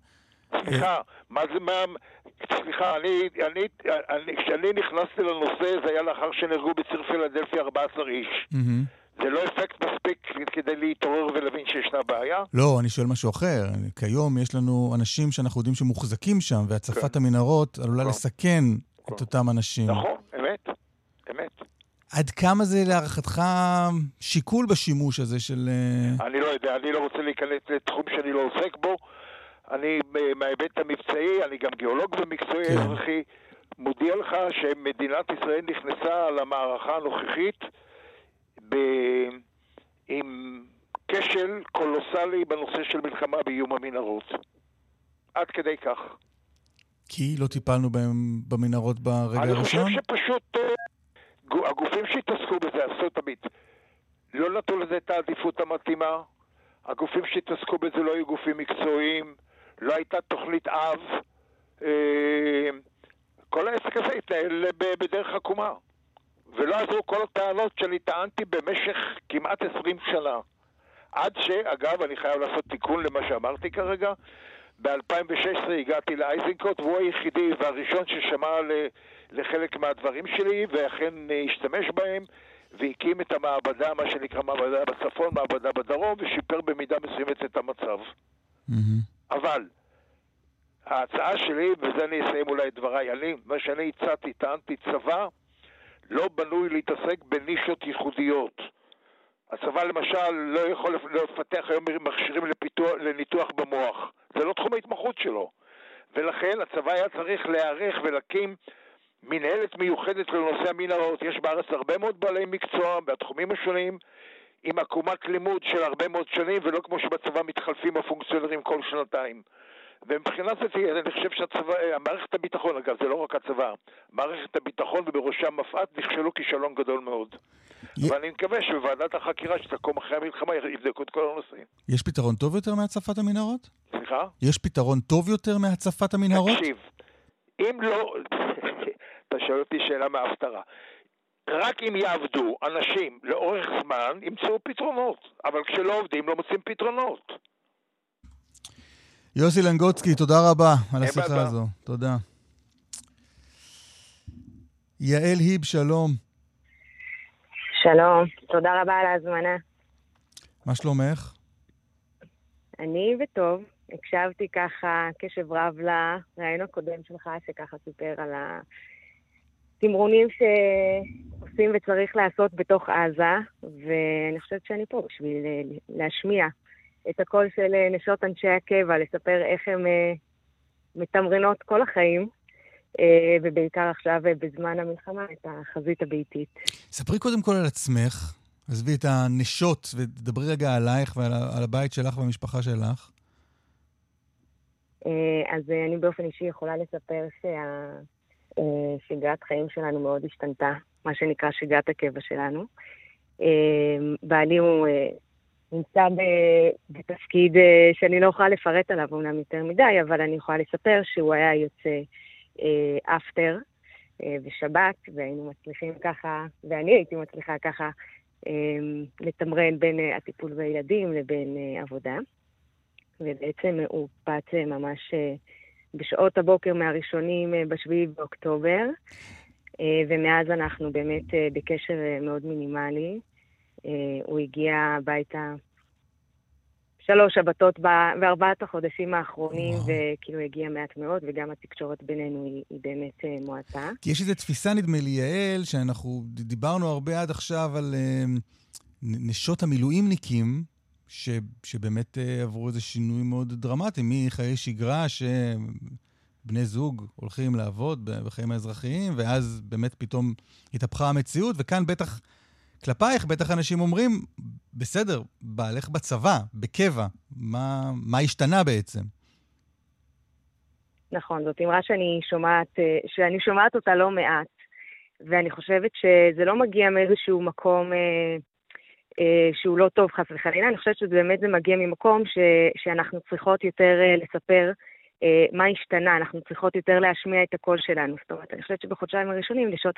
סליחה, כשאני נכנסתי לנושא, זה היה לאחר שנהרגו בציר פילדלפיה 14 איש. זה לא אפקט מספיק כדי להתעורר ולהבין שישנה בעיה? לא, אני שואל משהו אחר. כיום יש לנו אנשים שאנחנו יודעים שמוחזקים שם, והצפת המנהרות עלולה לסכן את אותם אנשים. נכון, אמת. עד כמה זה להערכתך שיקול בשימוש הזה של... אני לא יודע, אני לא רוצה להיכנס לתחום שאני לא עוסק בו. אני מההיבט המבצעי, אני גם גיאולוג ומקצועי אזרחי, מודיע לך שמדינת ישראל נכנסה למערכה הנוכחית עם כשל קולוסלי בנושא של מלחמה באיום המנהרות. עד כדי כך. כי לא טיפלנו במנהרות ברגע הראשון? אני חושב שפשוט הגופים שהתעסקו בזה עשו תמיד. לא נתנו לזה את העדיפות המתאימה. הגופים שהתעסקו בזה לא היו גופים מקצועיים. לא הייתה תוכנית אב. כל העסק הזה התנהל בדרך עקומה. ולא עזרו כל הטענות שאני טענתי במשך כמעט 20 שנה. עד שאגב, אני חייב לעשות תיקון למה שאמרתי כרגע, ב-2016 הגעתי לאייזנקוט, והוא היחידי והראשון ששמע לחלק מהדברים שלי, ואכן השתמש בהם, והקים את המעבדה, מה שנקרא מעבדה בצפון, מעבדה בדרום, ושיפר במידה מסוימת את המצב. אבל ההצעה שלי, וזה אני אסיים אולי את דבריי, מה שאני הצעתי, טענתי, צבא לא בנוי להתעסק בנישות ייחודיות. הצבא למשל לא יכול לפתח היום מכשירים לניתוח במוח. זה לא תחום ההתמחות שלו. ולכן הצבא היה צריך להיערך ולהקים מנהלת מיוחדת לנושא המנהרות. יש בארץ הרבה מאוד בעלי מקצוע בתחומים השונים, עם עקומת לימוד של הרבה מאוד שנים, ולא כמו שבצבא מתחלפים הפונקציונרים כל שנתיים. ומבחינת זה, אני חושב מערכת הביטחון, אגב, זה לא רק הצבא, מערכת הביטחון ובראשה מפעט נכשלו כישלון גדול מאוד. ואני מקווה שבוועדת החקירה שתקום אחרי המלחמה יבדקו את כל הנושאים. יש פתרון טוב יותר מהצפת המנהרות? סליחה? יש פתרון טוב יותר מהצפת המנהרות? תקשיב, אם לא, אתה שואל אותי שאלה מההפטרה. רק אם יעבדו אנשים לאורך זמן, ימצאו פתרונות. אבל כשלא עובדים, לא מוצאים פתרונות. יוסי לנגוצקי, תודה רבה על השיחה הזו. תודה. יעל היב, שלום. שלום, תודה רבה על ההזמנה. מה שלומך? אני בטוב, הקשבתי ככה קשב רב לרעיון הקודם שלך, שככה סיפר על התמרונים שעושים וצריך לעשות בתוך עזה, ואני חושבת שאני פה בשביל להשמיע את הקול של נשות אנשי הקבע, לספר איך הן מתמרנות כל החיים, ובעיקר עכשיו בזמן המלחמה את החזית הביתית. ספרי קודם כל על עצמך, עזבי את הנשות, ודברי רגע עלייך ועל הבית שלך והמשפחה שלך. אז אני באופן אישי יכולה לספר ששגרת חיים שלנו מאוד השתנתה, מה שנקרא שגרת הקבע שלנו. בעלי הוא נמצא בתפקיד שאני לא יכולה לפרט עליו אומנם יותר מדי, אבל אני יכולה לספר שהוא היה יוצא אפטר ושבת, והיינו מצליחים ככה, ואני הייתי מצליחה ככה לתמרן בין הטיפול בילדים לבין עבודה. ובעצם הוא פץ ממש בשעות הבוקר מהראשונים בשביעי באוקטובר, ומאז אנחנו באמת בקשר מאוד מינימלי. הוא הגיע הביתה 3 שבתות ב4 החודשים האחרונים, וכאילו הגיע מעט מאוד, וגם התקשורת בינינו היא באמת מועטה. כי יש איזו תפיסה, נדמה לי, יעל, שאנחנו דיברנו הרבה עד עכשיו על נשות המילואימניקים, שבאמת עברו איזה שינוי מאוד דרמטי, מחיי שגרה שבני זוג הולכים לעבוד בחיים האזרחיים, ואז באמת פתאום התהפכה המציאות, וכאן בטח כלפייך, בטח אנשים אומרים, בסדר, בעלך בצבא, בקבע, מה השתנה בעצם? נכון, זאת אמרה שאני שומעת אותה לא מעט, ואני חושבת שזה לא מגיע מאיזשהו מקום שהוא לא טוב חס וחלילה, אני חושבת שבאמת זה מגיע ממקום שאנחנו צריכות יותר לספר מה השתנה, אנחנו צריכות יותר להשמיע את הקול שלנו. זאת אומרת, אני חושבת שבחודשיים הראשונים, נשות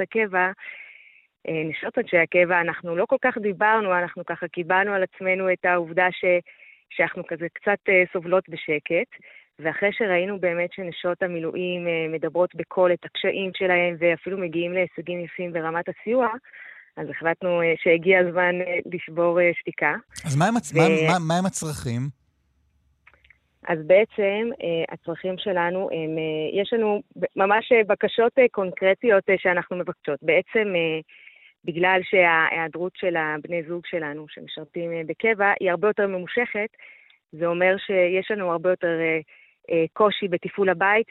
אנשי הקבע, אנחנו לא כל כך דיברנו, אנחנו ככה קיבלנו על עצמנו את העובדה שאנחנו כזה קצת סובלות בשקט, ואחרי שראינו באמת שנשות המילואים מדברות בקול את הקשיים שלהם, ואפילו מגיעים להישגים יפים ברמת הסיוע, אז החלטנו שהגיע הזמן לשבור שתיקה. אז מה הם הצרכים? אז בעצם הצרכים שלנו, יש לנו ממש בקשות קונקרטיות שאנחנו מבקשות. בעצם בגלל שההיעדרות של הבני זוג שלנו שמשרתים בקבע היא הרבה יותר ממושכת, זה אומר שיש לנו הרבה יותר קושי בתפעול הבית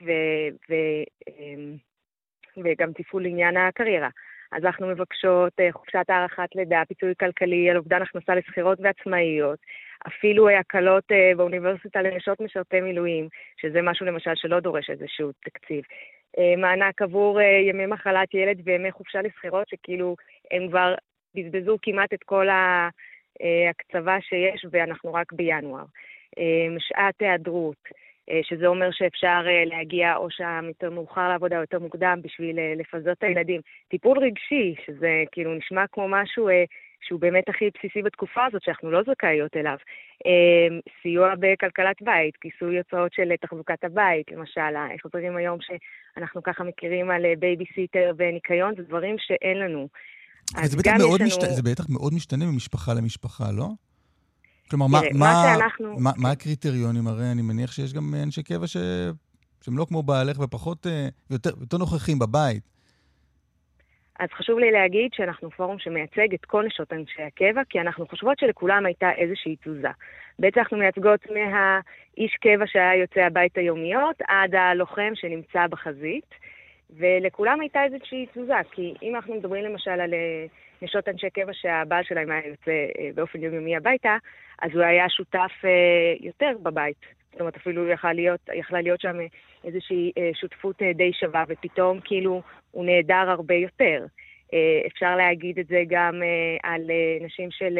וגם תפעול עניין הקריירה. אז אנחנו מבקשות חופשת הערכת לידה, פיצוי כלכלי על אובדן הכנסה לשכירות ועצמאיות, אפילו הקלות באוניברסיטה לנשות משרתי מילואים, שזה משהו למשל שלא דורש איזשהו תקציב. מענק עבור ימי מחלת ילד וימי חופשה לשכירות, שכאילו הם כבר בזבזו כמעט את כל ההקצבה שיש, ואנחנו רק בינואר. שעת היעדרות, שזה אומר שאפשר להגיע או שם יותר מאוחר לעבודה או יותר מוקדם בשביל לפזר את הילדים. טיפול רגשי, שזה כאילו נשמע כמו משהו שהוא באמת הכי בסיסי בתקופה הזאת, שאנחנו לא זכאיות אליו. סיוע בכלכלת בית, כיסוי הוצאות של תחזוקת הבית, למשל, החזרים היום שאנחנו ככה מכירים על בייביסיטר וניקיון, זה דברים שאין לנו. זה בטח מאוד משתנה ממשפחה למשפחה, לא? כלומר, מה הקריטריונים? הרי אני מניח שיש גם אנשי קבע שהם לא כמו בעלך ופחות, יותר נוכחים בבית. אז חשוב לי להגיד שאנחנו פורום שמייצג את כל נשות אנשי הקבע, כי אנחנו חושבות שלכולם הייתה איזושהי תזוזה. בעצם אנחנו מייצגות מהאיש קבע שהיה יוצא הבית היומיות, עד הלוחם שנמצא בחזית, ולכולם הייתה איזושהי תזוזה, כי אם אנחנו מדברים למשל על נשות אנשי קבע שהבעל שלהם היה יוצא באופן יומיומי הביתה, אז הוא היה שותף יותר בבית. זאת אומרת, אפילו יכלה להיות שם איזושהי שותפות די שווה, ופתאום כאילו הוא נהדר הרבה יותר. אפשר להגיד את זה גם על נשים של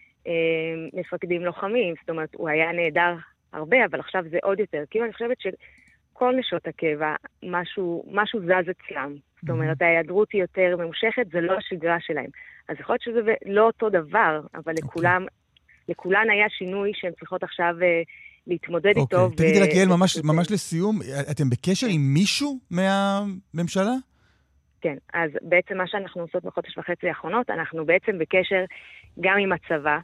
מפקדים לוחמים, זאת אומרת, הוא היה נהדר הרבה, אבל עכשיו זה עוד יותר. כאילו אני חושבת שכל נשות הקבע, משהו זז אצלם. זאת אומרת, ההיעדרות היא יותר ממושכת, זה לא השגרה שלהם. אז יכול להיות שזה לא אותו דבר, אבל לכולן היה שינוי שהן צריכות עכשיו להתמודד איתו. תגידי רק, יעל, ממש לסיום, אתם בקשר עם מישהו מהממשלה? כן, אז בעצם מה שאנחנו עושות בחודש וחצי האחרונות, אנחנו בעצם בקשר גם עם הצבא,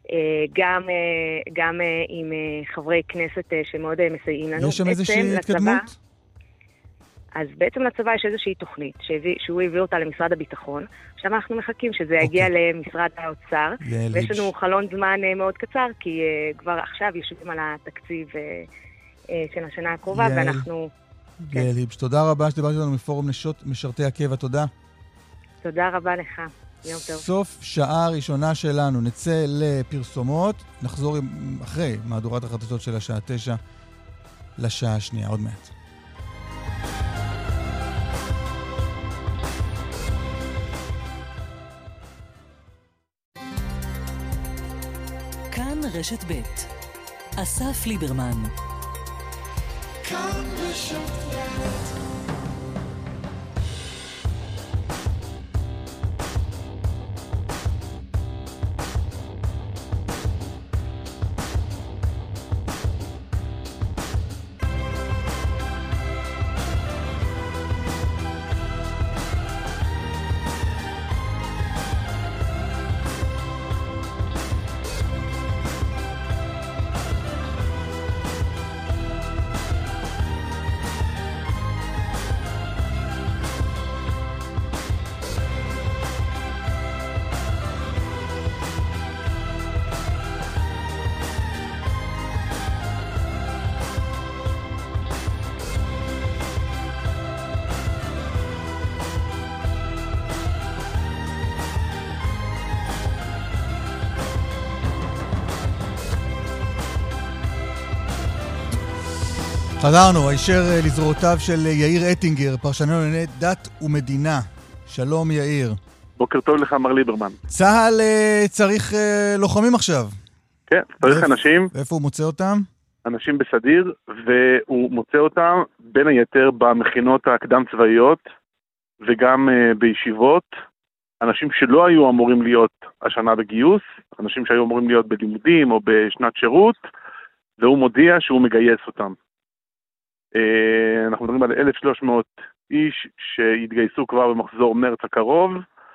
גם עם חברי כנסת שמאוד מסייעים לנו. יש שם איזושהי התקדמות? אז בעצם לצבא יש איזושהי תוכנית שהוא הביא אותה למשרד הביטחון. עכשיו אנחנו מחכים שזה יגיע למשרד האוצר. ויש לנו חלון זמן מאוד קצר, כי כבר עכשיו יושבים על התקציב של השנה הקרובה, ואנחנו... יעל היבש, תודה רבה שדיברת איתנו מפורום נשות משרתי הקבע, תודה. תודה רבה לך. יום טוב. סוף שעה ראשונה שלנו. נצא לפרסומות, נחזור אחרי מהדורת החדשות של השעה 9 לשעה השנייה, עוד מעט. כאן רשת ב' אסף ליברמן. כאן רשת ב'. חזרנו, הישר לזרועותיו של יאיר אטינגר, פרשננו לענייני דת ומדינה. שלום יאיר. בוקר טוב לך מר ליברמן. צה"ל צריך לוחמים עכשיו. כן, צריך אנשים. ואיפה הוא מוצא אותם? אנשים בסדיר, והוא מוצא אותם בין היתר במכינות הקדם צבאיות וגם בישיבות. אנשים שלא היו אמורים להיות השנה בגיוס, אנשים שהיו אמורים להיות בלימודים או בשנת שירות, והוא מודיע שהוא מגייס אותם. אנחנו מדברים על 1,300 איש שהתגייסו כבר במחזור מרץ הקרוב.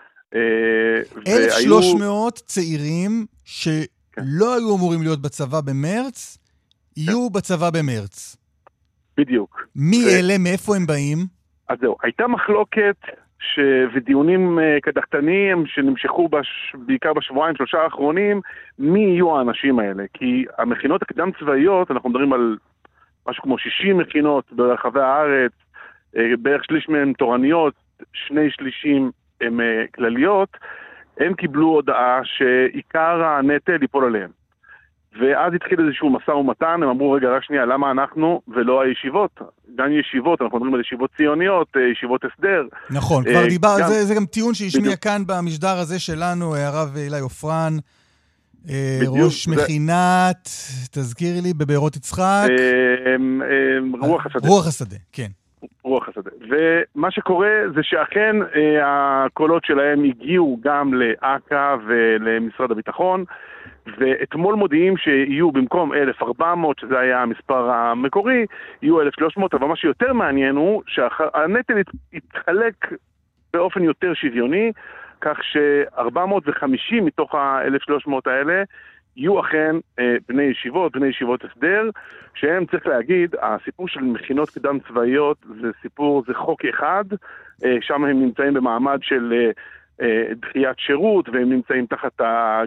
1,300 צעירים שלא היו אמורים להיות בצבא במרץ, יהיו בצבא במרץ. בדיוק. מי אלה? מאיפה הם באים? אז זהו, הייתה מחלוקת ודיונים קדחתניים שנמשכו בעיקר בשבועיים, 3 האחרונים, מי יהיו האנשים האלה? כי המכינות הקדם צבאיות, אנחנו מדברים על משהו כמו 60 מכינות ברחבי הארץ, בערך שליש מהן תורניות, 2/3 הן כלליות, הם קיבלו הודעה שעיקר הנטל ייפול עליהם. ואז התחיל איזשהו מסע ומתן, הם אמרו, רגע, רק שנייה, למה אנחנו ולא הישיבות? גם ישיבות, אנחנו מדברים על ישיבות ציוניות, ישיבות הסדר. נכון, כבר דיבר, זה גם טיעון שהשמיע כאן במשדר הזה שלנו, הרב אילי עופרן, ראש מכינת, תזכירי לי, בבארות יצחק. רוח השדה. רוח השדה, כן. רוח השדה. ומה שקורה זה שאכן הקולות שלהם הגיעו גם לאק"א ולמשרד הביטחון, ואתמול מודיעים שיהיו במקום 1,400, שזה היה המספר המקורי, יהיו 1,300, אבל מה שיותר מעניין הוא שהנטל יתחלק באופן יותר שוויוני, כך ש-450 מתוך ה-1,300 האלה יהיו אכן בני ישיבות הסדר, שהם צריך להגיד, הסיפור של מכינות קדם צבאיות זה חוק אחד, שם הם נמצאים במעמד של דחיית שירות, והם נמצאים תחת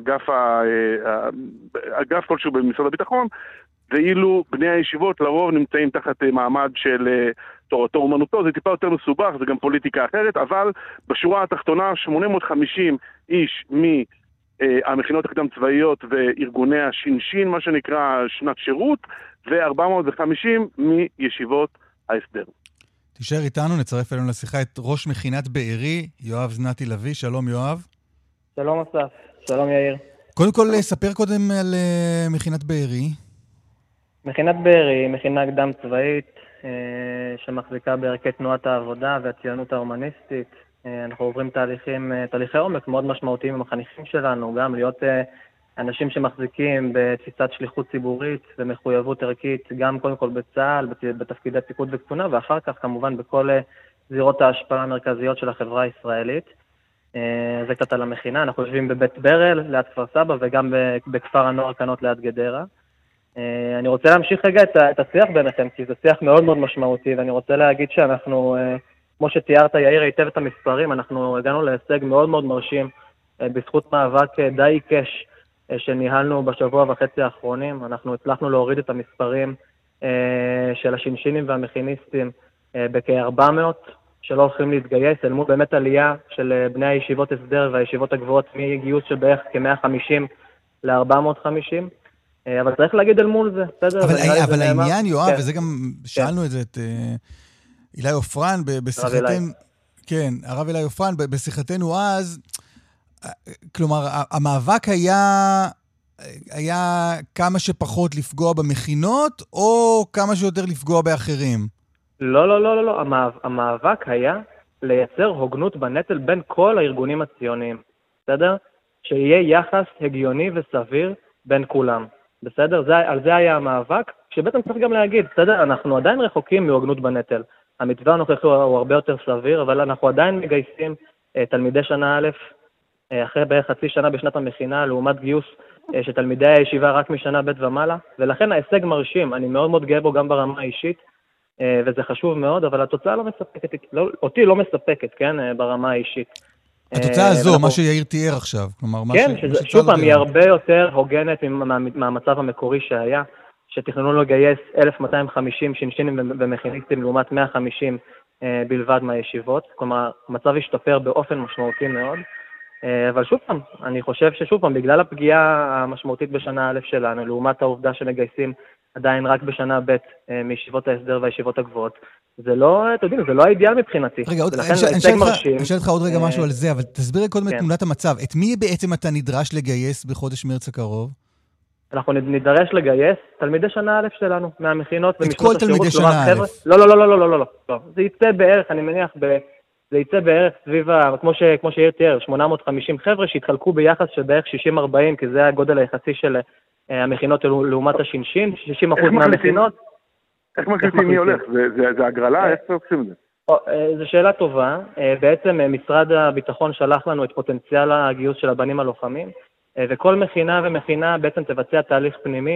אגף כלשהו במשרד הביטחון, ואילו בני הישיבות לרוב נמצאים תחת מעמד של תורתו אומנותו, זה טיפה יותר מסובך, זה גם פוליטיקה אחרת, אבל בשורה התחתונה 850 איש מהמכינות הקדם צבאיות וארגוני השינשין, מה שנקרא שנת שירות, ו-450 מישיבות ההסדר. תישאר איתנו, נצרף אלינו לשיחה את ראש מכינת בארי, יואב זנתי לוי. שלום יואב. שלום אסף, שלום יאיר. קודם כל, ספר קודם על מכינת בארי. מכינת בארי היא מכינה קדם צבאית שמחזיקה בערכי תנועת העבודה והציונות ההומניסטית. אנחנו עוברים תהליכי עומק מאוד משמעותיים עם החניכים שלנו, גם להיות אנשים שמחזיקים בתפיסת שליחות ציבורית ומחויבות ערכית, גם קודם כל בצה"ל, בתפקידי פיקוד וקצונה, ואחר כך כמובן בכל זירות ההשפעה המרכזיות של החברה הישראלית. זה קצת על המכינה, אנחנו יושבים בבית ברל, ליד כפר סבא, וגם בכפר הנוער קנות ליד גדרה. אני רוצה להמשיך רגע את השיח ביניכם, כי זה שיח מאוד מאוד משמעותי, ואני רוצה להגיד שאנחנו, כמו שתיארת יאיר היטב את המספרים, אנחנו הגענו להישג מאוד מאוד מרשים, בזכות מאבק די עיקש שניהלנו בשבוע וחצי האחרונים. אנחנו הצלחנו להוריד את המספרים של השינשינים והמכיניסטים בכ-400, שלא הולכים להתגייס, אל מול באמת עלייה של בני הישיבות הסדר והישיבות הגבוהות מגיוס של בערך כ-150 ל-450, אבל צריך להגיד אל מול זה, בסדר? אבל העניין, יואב, וזה גם שאלנו את זה, את אילי אופרן בשיחתנו, כן, הרב אילי אופרן בשיחתנו אז, כלומר, המאבק היה כמה שפחות לפגוע במכינות, או כמה שיותר לפגוע באחרים? לא. המאבק היה לייצר הוגנות בנטל בין כל הארגונים הציוניים, בסדר? שיהיה יחס הגיוני וסביר בין כולם, בסדר? על זה היה המאבק, שבעצם צריך גם להגיד, בסדר? אנחנו עדיין רחוקים מהוגנות בנטל. המתווה הנוכחי הוא הרבה יותר סביר, אבל אנחנו עדיין מגייסים תלמידי שנה א', אחרי בערך חצי שנה בשנת המכינה, לעומת גיוס שתלמידי הישיבה רק משנה ב' ומעלה, ולכן ההישג מרשים, אני מאוד מאוד גאה בו גם ברמה האישית, וזה חשוב מאוד, אבל התוצאה לא מספקת, אותי לא מספקת, כן, ברמה האישית. התוצאה הזו, מה שיאיר תיאר עכשיו, כלומר, כן, שוב פעם, היא הרבה יותר הוגנת מהמצב המקורי שהיה, שתכננו לגייס 1,250 שינשינים ומכיניסטים לעומת 150 בלבד מהישיבות, כלומר, המצב השתפר באופן משמעותי מאוד, אבל שוב פעם, אני חושב ששוב פעם, בגלל הפגיעה המשמעותית בשנה א' שלנו, לעומת העובדה שמגייסים עדיין רק בשנה ב' מישיבות ההסדר והישיבות הגבוהות, זה לא, אתה יודע, זה לא האידיאל מבחינתי. רגע, אני אשאל לך עוד רגע משהו על זה, אבל תסביר קודם את תמונת המצב. את מי בעצם אתה נדרש לגייס בחודש מרץ הקרוב? אנחנו נדרש לגייס תלמידי שנה א' שלנו, מהמכינות את כל תלמידי שנה א'. לא. זה יצא בערך, אני מניח, זה יצא בערך סביב, כמו שיהיה תיאר, 850 חבר'ה שהתחלקו ביחס של בערך 60-40, כי זה הגודל היחסי של המכינות לעומת השינשין, 60% מהמכינות. איך מחליטים מי הולך? זה הגרלה? איך עושים את זה? זו שאלה טובה. בעצם משרד הביטחון שלח לנו את פוטנציאל הגיוס של הבנים הלוחמים, וכל מכינה ומכינה בעצם תבצע תהליך פנימי,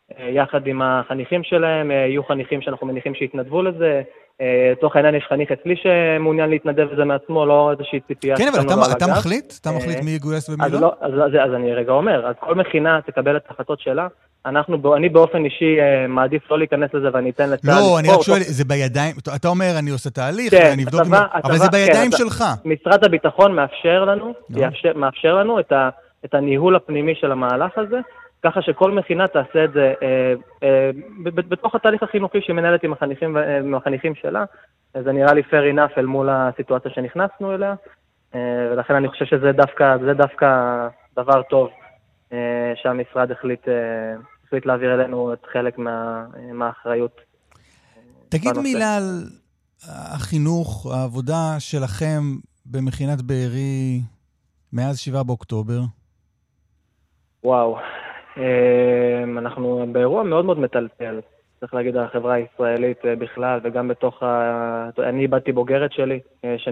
יחד עם החניכים שלהם, יהיו חניכים שאנחנו מניחים שהתנדבו לזה, תוך העניין יש חניך אצלי שמעוניין להתנדב לזה מעצמו, לא איזושהי ציפייה. כן, אבל אתה מחליט? אתה מחליט מי יגויס ומי לא? אז אני רגע אומר, אז כל מכינה תקבל את ההחלטות שלה, אני באופן אישי מעדיף לא להיכנס לזה ואני אתן לצה"ל. לא, אני רק שואל, זה בידיים, אתה אומר אני עושה תהליך ואני אבדוק, אבל זה בידיים שלך. משרד הביטחון מאפשר לנו את הניהול הפנימי של המהלך הזה, ככה שכל מכינה תעשה את זה בתוך התהליך החינוכי שמנהלת עם החניכים שלה, זה נראה לי fair enough אל מול הסיטואציה שנכנסנו אליה, ולכן אני חושב שזה דווקא דבר טוב שהמשרד החליט להעביר אלינו את חלק מהאחריות. תגיד מילה על החינוך, העבודה שלכם במכינת בארי מאז 7 באוקטובר. וואו. אנחנו באירוע מאוד מאוד מטלטל, צריך להגיד על החברה הישראלית בכלל, וגם בתוך אני איבדתי בוגרת שלי,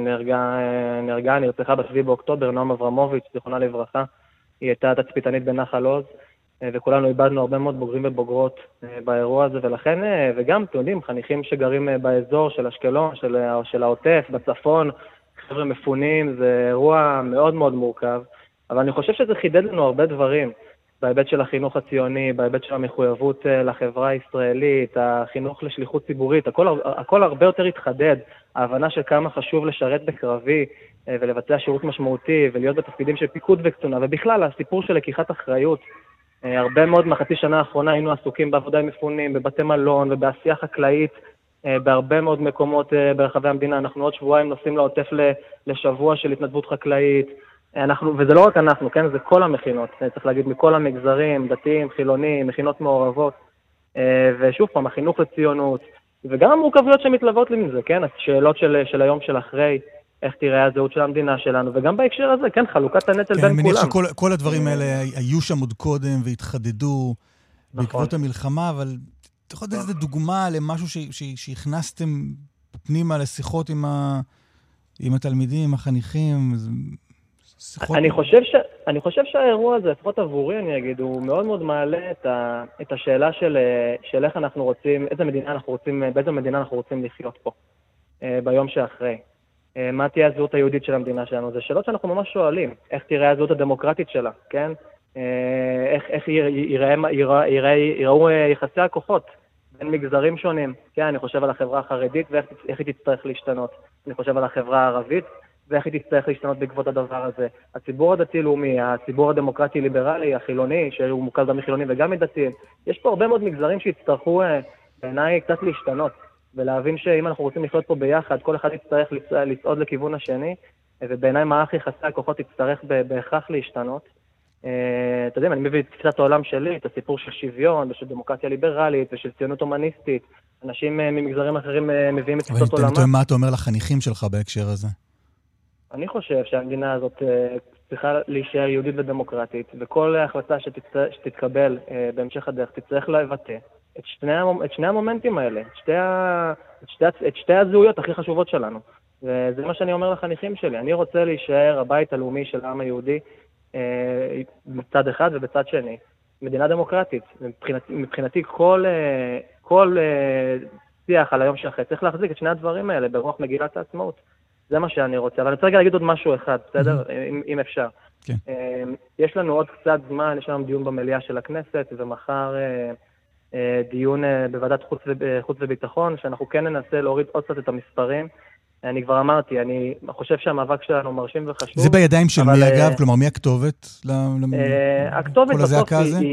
שנהרגה, נרצחה ב7 באוקטובר, נועם אברמוביץ', זיכרונה לברכה, היא הייתה תצפיתנית בנחל עוז, וכולנו איבדנו הרבה מאוד בוגרים ובוגרות באירוע הזה, ולכן, וגם, אתם יודעים, חניכים שגרים באזור של אשקלון, של העוטף, בצפון, חבר'ה מפונים, זה אירוע מאוד מאוד מורכב, אבל אני חושב שזה חידד לנו הרבה דברים, בהיבט של החינוך הציוני, בהיבט של המחויבות לחברה הישראלית, החינוך לשליחות ציבורית, הכל הרבה יותר התחדד, ההבנה של כמה חשוב לשרת בקרבי ולבצע שירות משמעותי ולהיות בתפקידים של פיקוד וקצונה, ובכלל הסיפור של לקיחת אחריות, הרבה מאוד מחצי שנה האחרונה היינו עסוקים בעבודה עם מפונים, בבתי מלון ובעשייה חקלאית, בהרבה מאוד מקומות ברחבי המדינה, אנחנו עוד שבועיים נוסעים לעוטף לשבוע של התנדבות חקלאית, וזה לא רק אנחנו, כן? זה כל המכינות, צריך להגיד, מכל המגזרים, דתיים, חילונים, מכינות מעורבות, ושוב פעם, החינוך לציונות, וגם המורכבויות שמתלוות לזה, כן? השאלות של היום של אחרי, איך תראה הזהות של המדינה שלנו, וגם בהקשר הזה, כן, חלוקת הנטל בין כולם. אני מניח שכל הדברים האלה היו שם עוד קודם, והתחדדו בעקבות המלחמה, אבל אתה יכול לתת איזו דוגמה למשהו שהכנסתם פנימה לשיחות עם התלמידים, עם החניכים, אני חושב שהאירוע הזה, לפחות עבורי אני אגיד, הוא מאוד מאוד מעלה את השאלה של איך אנחנו רוצים, באיזה מדינה אנחנו רוצים לחיות פה, ביום שאחרי. מה תהיה הזהות היהודית של המדינה שלנו? זה שאלות שאנחנו ממש שואלים. איך תראה הזהות הדמוקרטית שלה, כן? איך ייראו יחסי הכוחות בין מגזרים שונים, כן? אני חושב על החברה החרדית ואיך היא תצטרך להשתנות. אני חושב על החברה הערבית, ואיך היא תצטרך להשתנות בעקבות הדבר הזה. הציבור הדתי-לאומי, הציבור הדמוקרטי-ליברלי, החילוני, שהוא מוקל גם מחילוני וגם מדתיים, יש פה הרבה מאוד מגזרים שיצטרכו בעיניי קצת להשתנות, ולהבין שאם אנחנו רוצים לחיות פה ביחד, כל אחד יצטרך לצעוד לכיוון השני, ובעיניי מערך יחסי הכוחות יצטרך בהכרח להשתנות. אתה יודע, אני מביא את תפיסת העולם שלי, את הסיפור של שוויון, ושל דמוקרטיה ליברלית, ושל ציונות הומניסטית. אנשים ממגזרים אחרים מביאים את תפיסות עולמה. מה אתה אומר לחניכים שלך בהקשר הזה? אני חושב שהמדינה הזאת צריכה להישאר יהודית ודמוקרטית, וכל החלטה שתתקבל בהמשך הדרך תצטרך לבטא את שני המומנטים האלה, את שתי הזהויות הכי חשובות שלנו. וזה מה שאני אומר לחניכים שלי. אני רוצה להישאר הבית הלאומי של העם היהודי בצד אחד ובצד שני. מדינה דמוקרטית. מבחינתי כל שיח על היום שאחרי צריך להחזיק את שני הדברים האלה ברוח מגילת העצמאות. זה מה שאני רוצה. אבל אני רוצה רגע להגיד עוד משהו אחד, בסדר? אם אפשר. כן. יש לנו עוד קצת זמן, יש לנו דיון במליאה של הכנסת, ומחר דיון בוועדת חוץ וביטחון, שאנחנו כן ננסה להוריד עוד קצת את המספרים. אני כבר אמרתי, אני חושב שהמאבק שלנו מרשים וחשוב. זה בידיים של מי אגב? כלומר, מי הכתובת? הכתובת בסוף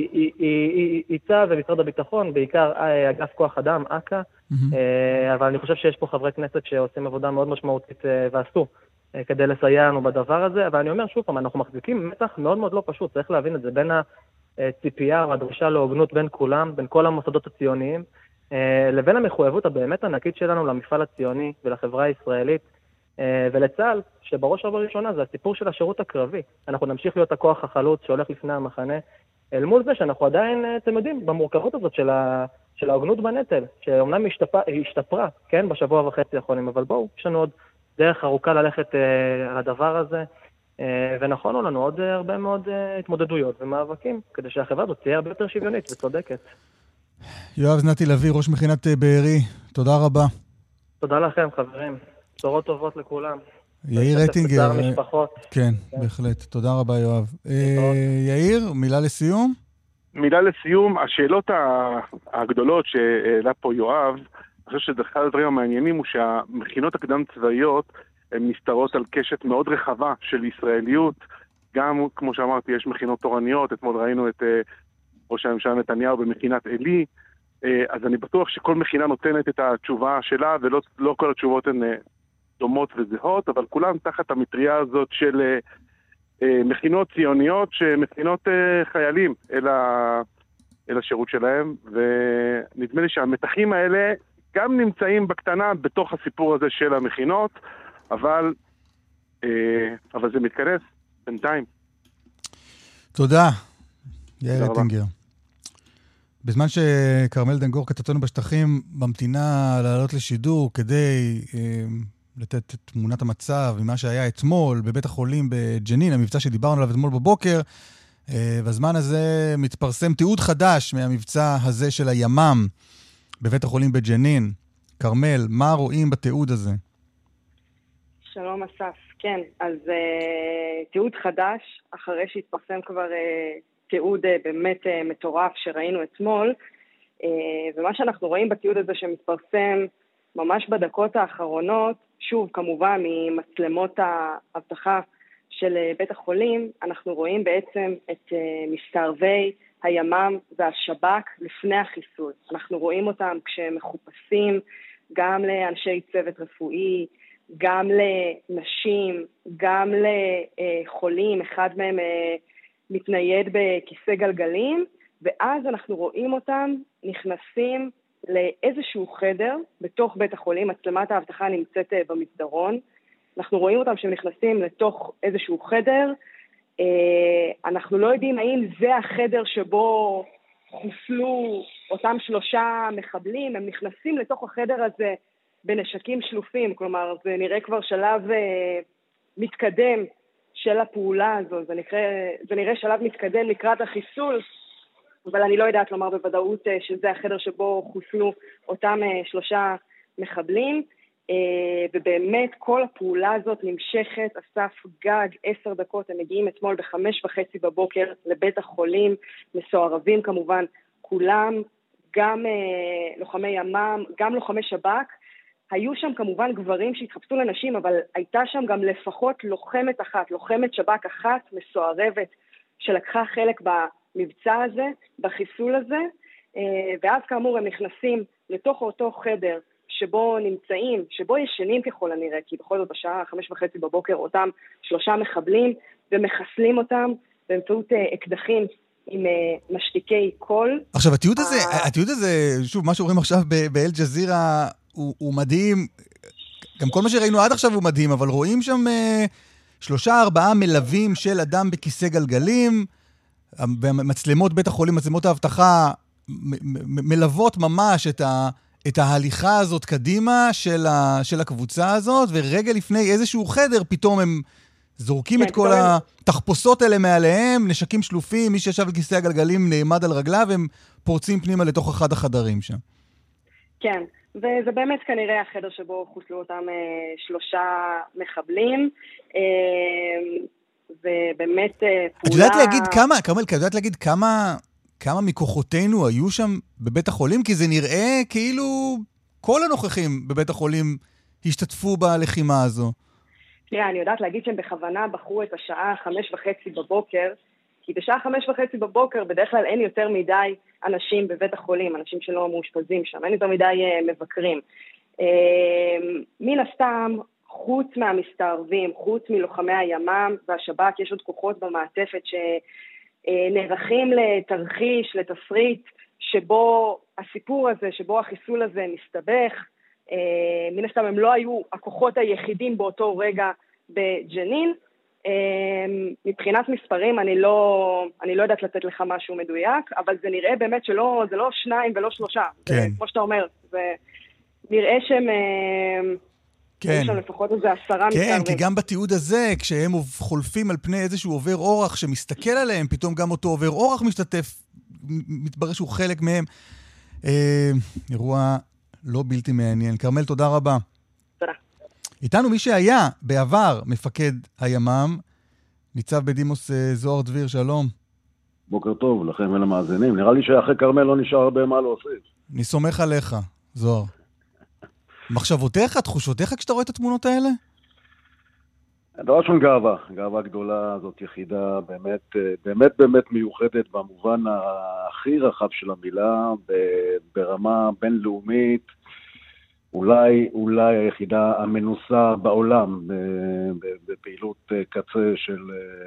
היא צה"ל ומשרד הביטחון, בעיקר אגף כוח אדם, אכ"א, אבל אני חושב שיש פה חברי כנסת שעושים עבודה מאוד משמעותית ועשו כדי לסייע לנו בדבר הזה, אבל אני אומר שוב פעם, אנחנו מחזיקים מתח מאוד מאוד לא פשוט, צריך להבין את זה, בין הציפייה והדרישה להוגנות בין כולם, בין כל המוסדות הציוניים, לבין המחויבות הבאמת ענקית שלנו למפעל הציוני ולחברה הישראלית ולצה"ל, שבראש ובראשונה זה הסיפור של השירות הקרבי. אנחנו נמשיך להיות הכוח החלוץ שהולך לפני המחנה, אל מול זה שאנחנו עדיין, אתם יודעים, במורכבות הזאת של ההוגנות בנטל, שאומנם השתפרה, כן, בשבוע וחצי האחרונים, אבל בואו, יש לנו עוד דרך ארוכה ללכת על הדבר הזה, ונכונו לנו עוד הרבה מאוד התמודדויות ומאבקים, כדי שהחברה הזאת תהיה הרבה יותר שוויונית וצודקת. יואב זנתי לוי, ראש מכינת בארי, תודה רבה. תודה לכם, חברים. בשורות טובות לכולם. יאיר רטינגר. כן, בהחלט. תודה רבה, יואב. יאיר, מילה לסיום? מילה לסיום, השאלות הגדולות שהעלה פה יואב, אני חושב שאחד הדברים המעניינים הוא שהמכינות הקדם צבאיות הן מסתרות על קשת מאוד רחבה של ישראליות, גם, כמו שאמרתי, יש מכינות תורניות, אתמול ראינו את ראש הממשלה נתניהו במכינת אלי, אז אני בטוח שכל מכינה נותנת את התשובה שלה, ולא כל התשובות הן דומות וזהות, אבל כולם תחת המטריה הזאת של מכינות ציוניות שמכינות חיילים אל השירות שלהם, ונדמה לי שהמתחים האלה גם נמצאים בקטנה בתוך הסיפור הזה של המכינות, אבל זה מתכנס בינתיים. תודה. יאיר רטינגר. בזמן שקרמל דנגור כתתנו בשטחים ממתינה לעלות לשידור כדי לתת את תמונת המצב ממה שהיה אתמול בבית החולים בג'נין, המבצע שדיברנו עליו אתמול בבוקר, בזמן הזה מתפרסם תיעוד חדש מהמבצע הזה של הימ"מ בבית החולים בג'נין. קרמל, מה רואים בתיעוד הזה? שלום אסף, כן, אז תיעוד חדש, אחרי שהתפרסם כבר תיעוד באמת מטורף שראינו אתמול, ומה שאנחנו רואים בתיעוד הזה שמתפרסם ממש בדקות האחרונות, שוב כמובן ממצלמות האבטחה של בית החולים, אנחנו רואים בעצם את מסתערבי הימ"מ והשב"כ לפני החיסול. אנחנו רואים אותם כשהם מחופשים גם לאנשי צוות רפואי, גם לנשים, גם לחולים, אחד מהם מתנייד בכיסא גלגלים, ואז אנחנו רואים אותם נכנסים לאיזשהו חדר בתוך בית החולים, מצלמת האבטחה נמצאת במסדרון, אנחנו רואים אותם שהם נכנסים לתוך איזשהו חדר, אנחנו לא יודעים האם זה החדר שבו חוסלו אותם 3 מחבלים, הם נכנסים לתוך החדר הזה בנשקים שלופים, כלומר זה נראה כבר שלב מתקדם של הפעולה הזו, זה נראה שלב מתקדם לקראת החיסול, אבל אני לא יודעת לומר בוודאות שזה החדר שבו חוסלו אותם 3 מחבלים, ובאמת כל הפעולה הזאת נמשכת, אסף גג 10 דקות, הם מגיעים אתמול ב5:30 בבוקר לבית החולים, מסוערבים כמובן, כולם, גם לוחמי ימ"מ, גם לוחמי שב"כ, היו שם כמובן גברים שהתחפשו לנשים, אבל הייתה שם גם לפחות לוחמת אחת, לוחמת שב"כ אחת, מסוערבת, שלקחה חלק במבצע הזה, בחיסול הזה, ואז כאמור הם נכנסים לתוך אותו חדר שבו נמצאים, שבו ישנים ככל הנראה, כי בכל זאת בשעה 5:30 בבוקר אותם 3 מחבלים, ומחסלים אותם באמצעות אקדחים עם משתיקי קול. עכשיו, התיעוד הזה, שוב, מה שאומרים עכשיו באל ג'זירה, הוא מדהים, גם כל מה שראינו עד עכשיו הוא מדהים, אבל רואים שם 3-4 מלווים של אדם בכיסא גלגלים, מצלמות בית החולים, מצלמות האבטחה, מלוות ממש את ההליכה הזאת קדימה של הקבוצה הזאת, ורגע לפני איזשהו חדר, פתאום הם זורקים את כל התחפושות האלה מעליהם, נשקים שלופים, מי שישב על כיסא הגלגלים נעמד על רגליו, הם פורצים פנימה לתוך אחד החדרים שם. כן, וזה באמת כנראה החדר שבו חוסלו אותם 3 מחבלים, ובאמת פעולה... את יודעת להגיד כמה, כרמל, את יודעת להגיד כמה מכוחותינו היו שם בבית החולים? כי זה נראה כאילו כל הנוכחים בבית החולים השתתפו בלחימה הזו. תראה, אני יודעת להגיד שהם בכוונה בחרו את השעה 5:30 בבוקר, כי בשעה 5:30 בבוקר בדרך כלל אין יותר מדי אנשים בבית החולים, אנשים שלא מאושפזים שם, אין יותר מדי מבקרים. מן הסתם, חוץ מהמסתערבים, חוץ מלוחמי הימ"מ והשב"כ, יש עוד כוחות במעטפת שנערכים לתרחיש, לתסריט, שבו הסיפור הזה, שבו החיסול הזה מסתבך. מן הסתם הם לא היו הכוחות היחידים באותו רגע בג'נין. מבחינת מספרים אני לא יודעת לתת לך משהו מדויק, אבל זה נראה באמת שלא, זה לא 2 ולא 3. כן. זה, כמו שאתה אומר, זה נראה שהם... כן. יש שם לפחות איזה 10 מסתערבים. כן, כי גם בתיעוד הזה, כשהם חולפים על פני איזשהו עובר אורח שמסתכל עליהם, פתאום גם אותו עובר אורח משתתף, מתברר שהוא חלק מהם. אירוע לא בלתי מעניין. כרמל, תודה רבה. תודה. איתנו מי שהיה בעבר מפקד הימ"מ, ניצב בדימוס זוהר דביר, שלום. בוקר טוב לכם ולמאזינים. נראה לי שאחרי כרמל לא נשאר הרבה מה להוסיף. אני סומך עליך, זוהר. מחשבותיך, תחושותיך כשאתה רואה את התמונות האלה? דבר ראשון גאווה גדולה, זאת יחידה באמת מיוחדת במובן הכי רחב של המילה, ברמה בינלאומית, אולי היחידה המנוסה בעולם בפעילות קצה של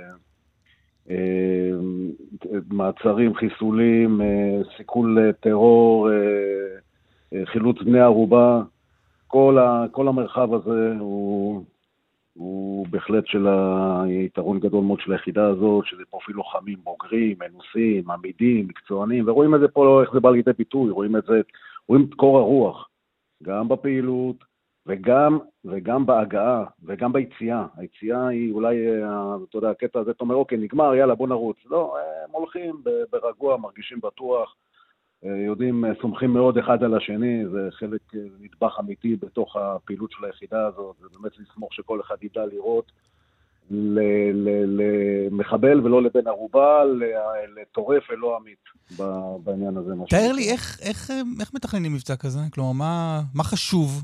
מעצרים, חיסולים, סיכול טרור, חילוץ בני ערובה. כל המרחב הזה הוא בהחלט של היתרון גדול מאוד של היחידה הזאת, שזה פרופיל לוחמים בוגרים, מנוסים, עמידים, מקצוענים, ורואים את זה פה, איך זה בא לידי ביטוי, רואים את קור הרוח, גם בפעילות, וגם בהגעה, וגם ביציאה. היציאה היא אולי, אתה יודע, הקטע הזה, אתה אומר, אוקיי, נגמר, יאללה, בוא נרוץ. לא, הם הולכים ברגוע, מרגישים בטוח, יודעים, סומכים מאוד אחד על השני, זה חלק נדבך אמיתי בתוך הפעילות של היחידה הזאת, זה באמת לסמוך שכל אחד ידע לראות למחבל ולא לבן ערובה, לטורף ולא עמית בעניין הזה. תאר לי, איך מתכננים מבצע כזה? כלומר, מה חשוב?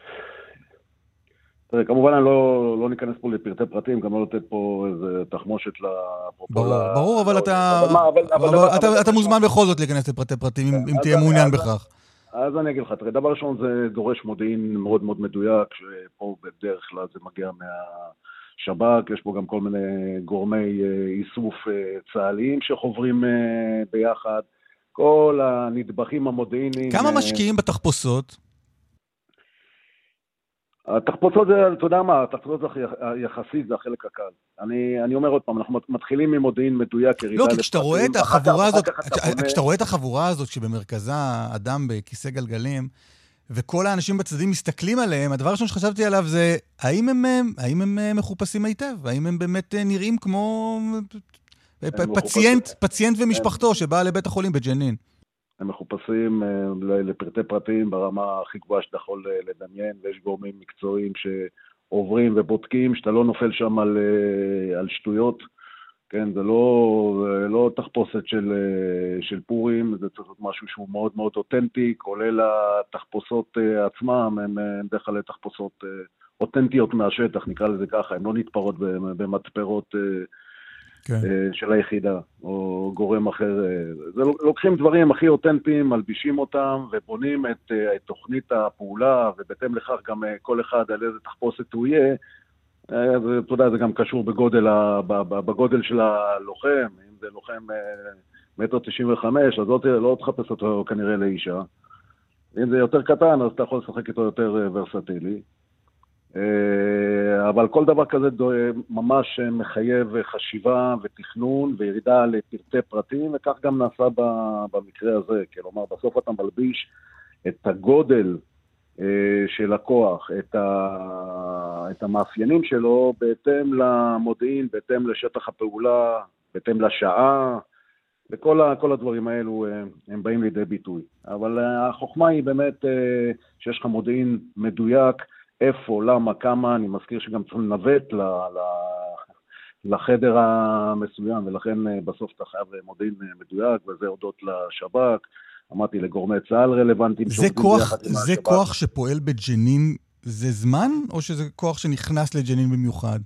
כמובן אני לא ניכנס פה לפרטי פרטים, גם לא לתת פה איזה תחמושת ברור, אבל אתה מוזמן בכל זאת להיכנס לפרטי פרטים, אם תהיה מעוניין בכך. אז אני אגיד לך, דבר ראשון זה דורש מודיעין מאוד מאוד מדויק, שפה בדרך כלל זה מגיע מהשב"כ, יש פה גם כל מיני גורמי איסוף צה"ליים שחוברים ביחד, כל הנדבכים המודיעיניים. כמה משקיעים בתחפושות? התחפושות זה, אתה יודע מה, התחפושות זה יחסית, זה החלק הקל. אני אומר עוד פעם, אנחנו מתחילים ממודיעין מדויק. לא, כי כשאתה רואה את החבורה הזאת שבמרכזה אדם בכיסא גלגלים, וכל האנשים בצדדים מסתכלים עליהם, הדבר הראשון שחשבתי עליו זה, האם הם מחופשים היטב? האם הם באמת נראים כמו פציינט ומשפחתו שבא לבית החולים בג'נין? הם מחופשים לפרטי פרטים ברמה הכי גבוהה שאתה יכול לדמיין, ויש גורמים מקצועיים שעוברים ובודקים, שאתה לא נופל שם על שטויות. כן, זה לא תחפושת של פורים, זה צריך להיות משהו שהוא מאוד מאוד אותנטי, כולל התחפושות עצמם, הן בדרך כלל תחפושות אותנטיות מהשטח, נקרא לזה ככה, הן לא נתפרות במתפרות של היחידה, או גורם אחר. לוקחים דברים הכי אותנטיים, מלבישים אותם, ובונים את תוכנית הפעולה, ובהתאם לכך גם כל אחד על איזה תחפושת הוא יהיה, אתה יודע, זה גם קשור בגודל של הלוחם, אם זה לוחם 1.95 מטר, אז לא תחפש אותו כנראה לאישה. אם זה יותר קטן, אז אתה יכול לשחק איתו יותר ורסטילי. אבל כל דבר כזה ממש מחייב חשיבה ותכנון וירידה לפרטי פרטים, וכך גם נעשה במקרה הזה. כלומר, בסוף אתה מלביש את הגודל של הכוח, את המאפיינים שלו, בהתאם למודיעין, בהתאם לשטח הפעולה, בהתאם לשעה, וכל הדברים האלו הם באים לידי ביטוי. אבל החוכמה היא באמת שיש לך מודיעין מדויק, איפה, למה, כמה, אני מזכיר שגם צריך לנווט לחדר המסוים, ולכן בסוף אתה חייב מודיעין מדויק, וזה הודות לשב"כ, אמרתי לגורמי צה"ל רלוונטיים. זה כוח שפועל בג'נין, זה זמן, או שזה כוח שנכנס לג'נין במיוחד?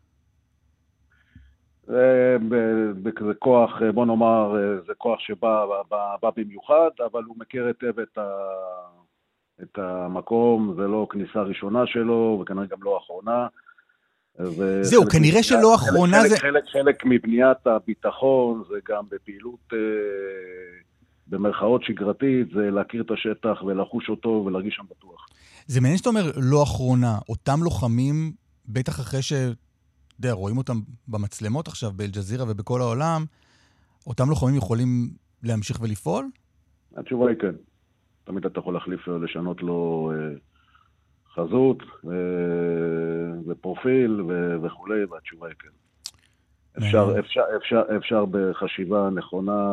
זה כוח, בוא נאמר, זה כוח שבא במיוחד, אבל הוא מכיר היטב את המקום, זה לא כניסה ראשונה שלו, וכנראה גם לא האחרונה. זהו, כנראה שלא האחרונה זה... חלק מבניית הביטחון, זה גם בפעילות במרכאות שגרתית, זה להכיר את השטח ולחוש אותו ולהרגיש שם בטוח. זה מעניין שאתה אומר לא אחרונה, אותם לוחמים, בטח אחרי רואים אותם במצלמות עכשיו, באל-ג'זירה ובכל העולם, אותם לוחמים יכולים להמשיך ולפעול? התשובה היא כן. תמיד אתה יכול להחליף, לשנות לו חזות ופרופיל וכולי, והתשובה היא כן. אפשר בחשיבה נכונה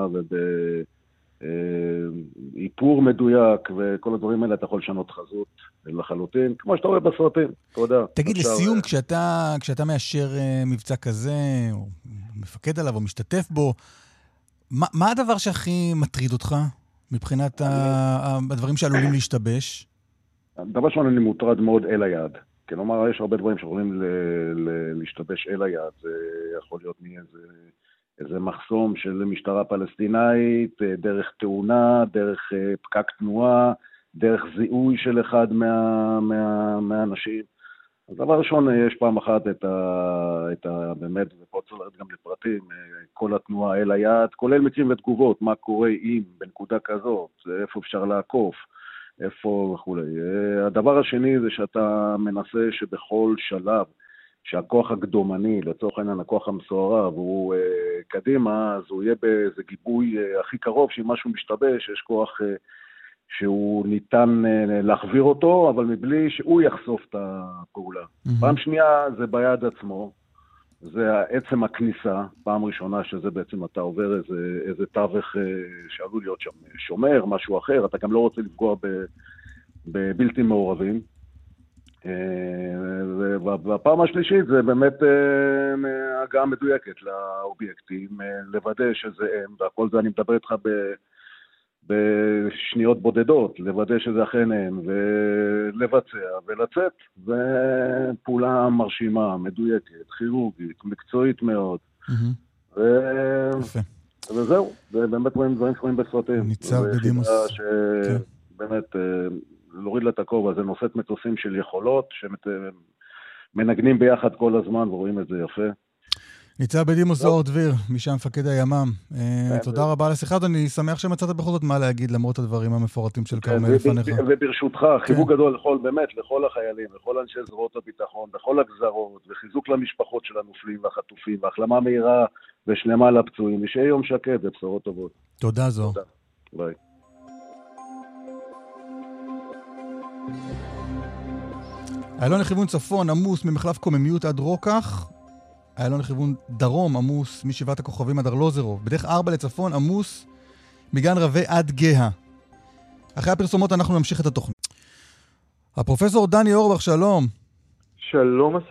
ובאיפור מדויק וכל הדברים האלה אתה יכול לשנות חזות לחלוטין, כמו שאתה רואה בסרטים, אתה יודע. תגיד, לסיום, כשאתה מאשר מבצע כזה, או מפקד עליו או משתתף בו, מה הדבר שהכי מטריד אותך מבחינת הדברים שעלולים להשתבש? דבר שלנו אני מוטרד מאוד אל היד. כלומר, יש הרבה דברים שיכולים להשתבש אל היד. זה יכול להיות מאיזה מחסום של משטרה פלסטינאית, דרך תאונה, דרך פקק תנועה, דרך זיהוי של אחד מהאנשים. אז דבר ראשון, יש פעם אחת באמת, ופה צריך לרדת גם לפרטים, כל התנועה אל היד, כולל מקרים ותגובות, מה קורה אם בנקודה כזאת, איפה אפשר לעקוף, איפה וכו'. הדבר השני זה שאתה מנסה שבכל שלב, שהכוח הקדומני, לצורך העניין הכוח המסוערב, הוא קדימה, אז הוא יהיה באיזה גיבוי הכי קרוב, שאם משהו משתבש, יש כוח שהוא ניתן להחביר אותו, אבל מבלי שהוא יחשוף את הפעולה. פעם שנייה זה ביד עצמו, זה עצם הכניסה, פעם ראשונה שזה בעצם אתה עובר איזה תווך שעלול להיות שם שומר, משהו אחר, אתה גם לא רוצה לפגוע בבלתי מעורבים. והפעם השלישית זה באמת הגעה מדויקת לאובייקטים, לוודא שזה הם, והכל זה אני מדבר איתך בשניות בודדות, לוודא שזה אכן הם, ולבצע ולצאת. זה פעולה מרשימה, מדויקת, כירורגית, מקצועית מאוד. וזהו, זה באמת רואים דברים שקוראים בסרטים. ניצב בדימוס. באמת, להוריד לה את הכובע, זה נושאת מטוסים של יכולות, שמנגנים ביחד כל הזמן, ורואים את זה יפה. ניצב בדימוס זוהר דביר, משם מפקד הימ"מ. תודה רבה על השיחה, אני שמח שמצאת בכל זאת מה להגיד, למרות הדברים המפורטים של כרמל לפניך. וברשותך, חיבוק גדול באמת לכל החיילים, לכל אנשי זרועות הביטחון, לכל הגזרות, וחיזוק למשפחות של הנופלים והחטופים, והחלמה מהירה ושלמה לפצועים, ושיהיה יום שקט ובשורות טובות. תודה זוהר. ביי. איילון לכיוון צפון עמוס ממחלף קוממיות עד רוקח, איילון לכיוון דרום עמוס משבעת הכוכבים עד ארלוזרוב, בדרך 4 לצפון עמוס מגן רבי עד גאה. אחרי הפרסומות אנחנו נמשיך את התוכנית. הפרופסור דני אורבך, שלום. שלום אסף.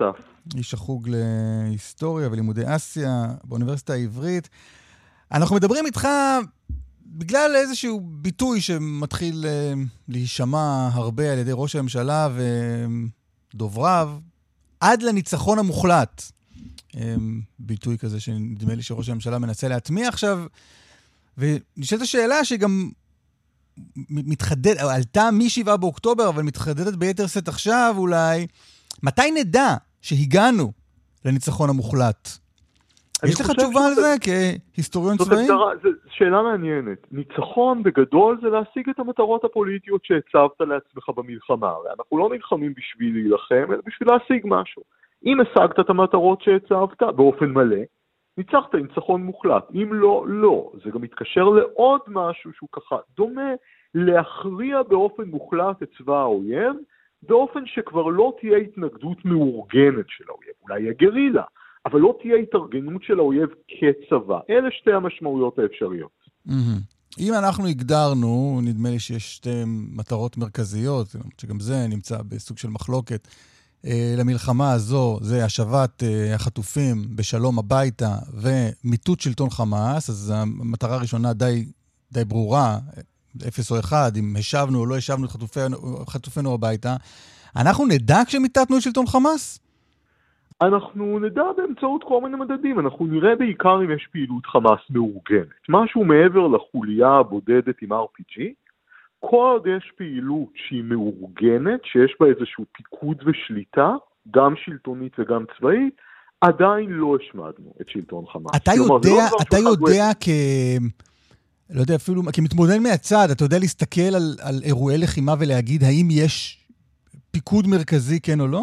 איש החוג להיסטוריה ולימודי אסיה באוניברסיטה העברית. אנחנו מדברים איתך בגלל איזשהו ביטוי שמתחיל להישמע הרבה על ידי ראש הממשלה ודובריו, עד לניצחון המוחלט. ביטוי כזה שנדמה לי שראש הממשלה מנסה להטמיע עכשיו, ונשאלת השאלה שגם מתחדדת, עלתה מ-7 באוקטובר, אבל מתחדדת ביתר שאת עכשיו אולי, מתי נדע שהגענו לניצחון המוחלט? יש לך תשובה על זה כהיסטוריון צבאי? זו שאלה מעניינת. ניצחון בגדול זה להשיג את המטרות הפוליטיות שהצבת לעצמך במלחמה. אנחנו לא נלחמים בשביל להילחם, אלא בשביל להשיג משהו. אם השגת את המטרות שהצבת באופן מלא, ניצחת ניצחון מוחלט. אם לא, לא. זה גם מתקשר לעוד משהו שהוא ככה דומה, להכריע באופן מוחלט את צבא האויב, באופן שכבר לא תהיה התנגדות מאורגנת של האויב. אולי יהיה גרילה, אבל לא תהיה התארגנות של האויב כצבא. אלה שתי המשמעויות האפשריות. אם אנחנו הגדרנו, נדמה לי שיש שתי מטרות מרכזיות, שגם זה נמצא בסוג של מחלוקת, למלחמה הזו, זה השבת החטופים בשלום הביתה ומיטוט שלטון חמאס, אז המטרה הראשונה די ברורה, 0 או 1, אם השבנו או לא השבנו את חטופינו הביתה. אנחנו נדע כשמיטטנו את שלטון חמאס? אנחנו נדע באמצעות כל מיני מדדים, אנחנו נראה בעיקר אם יש פעילות חמאס מאורגנת. משהו מעבר לחוליה הבודדת עם RPG, כל עוד יש פעילות שהיא מאורגנת, שיש בה איזשהו פיקוד ושליטה, גם שלטונית וגם צבאית, עדיין לא השמדנו את שלטון חמאס. אתה יודע לא יודע, אפילו כמתמודד מהצד, אתה יודע להסתכל על אירועי לחימה ולהגיד האם יש פיקוד מרכזי, כן או לא?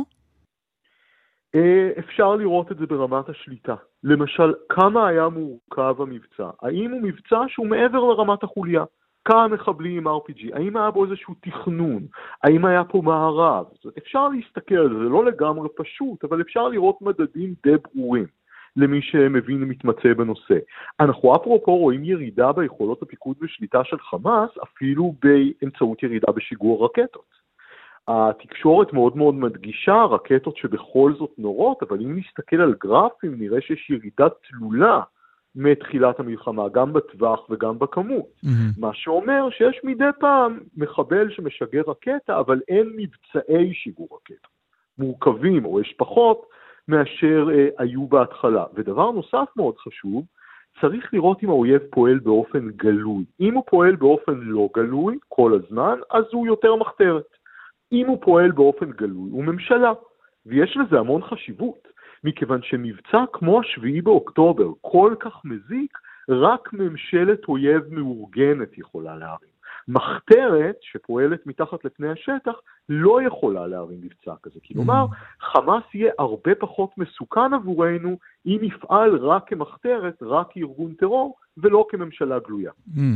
אפשר לראות את זה ברמת השליטה. למשל, כמה היה מורכב המבצע? האם הוא מבצע שהוא מעבר לרמת החוליה? כמה מחבלים עם RPG? האם היה בו איזשהו תכנון? האם היה פה מערב? אפשר להסתכל על זה, זה לא לגמרי פשוט, אבל אפשר לראות מדדים די ברורים למי שמבין ומתמצא בנושא. אנחנו אפרופו רואים ירידה ביכולות הפיקוד ושליטה של חמאס, אפילו באמצעות ירידה בשיגור רקטות. התקשורת מאוד מאוד מדגישה רקטות שבכל זאת נורות, אבל אם נסתכל על גרפים נראה שיש ירידה תלולה מתחילת המלחמה, גם בטווח וגם בכמות. מה שאומר שיש מדי פעם מחבל שמשגר רקטה, אבל אין מבצעי שיגור רקטה. מורכבים או יש פחות מאשר היו בהתחלה. ודבר נוסף מאוד חשוב, צריך לראות אם האויב פועל באופן גלוי. אם הוא פועל באופן לא גלוי כל הזמן, אז הוא יותר מחתרת. אם הוא פועל באופן גלוי, הוא ממשלה. ויש לזה המון חשיבות, מכיוון שמבצע כמו 7 באוקטובר כל כך מזיק, רק ממשלת אויב מאורגנת יכולה להרים. מחתרת שפועלת מתחת לפני השטח לא יכולה להרים מבצע כזה. כלומר, חמאס יהיה הרבה פחות מסוכן עבורנו אם יפעל רק כמחתרת, רק כארגון טרור, ולא כממשלה גלויה.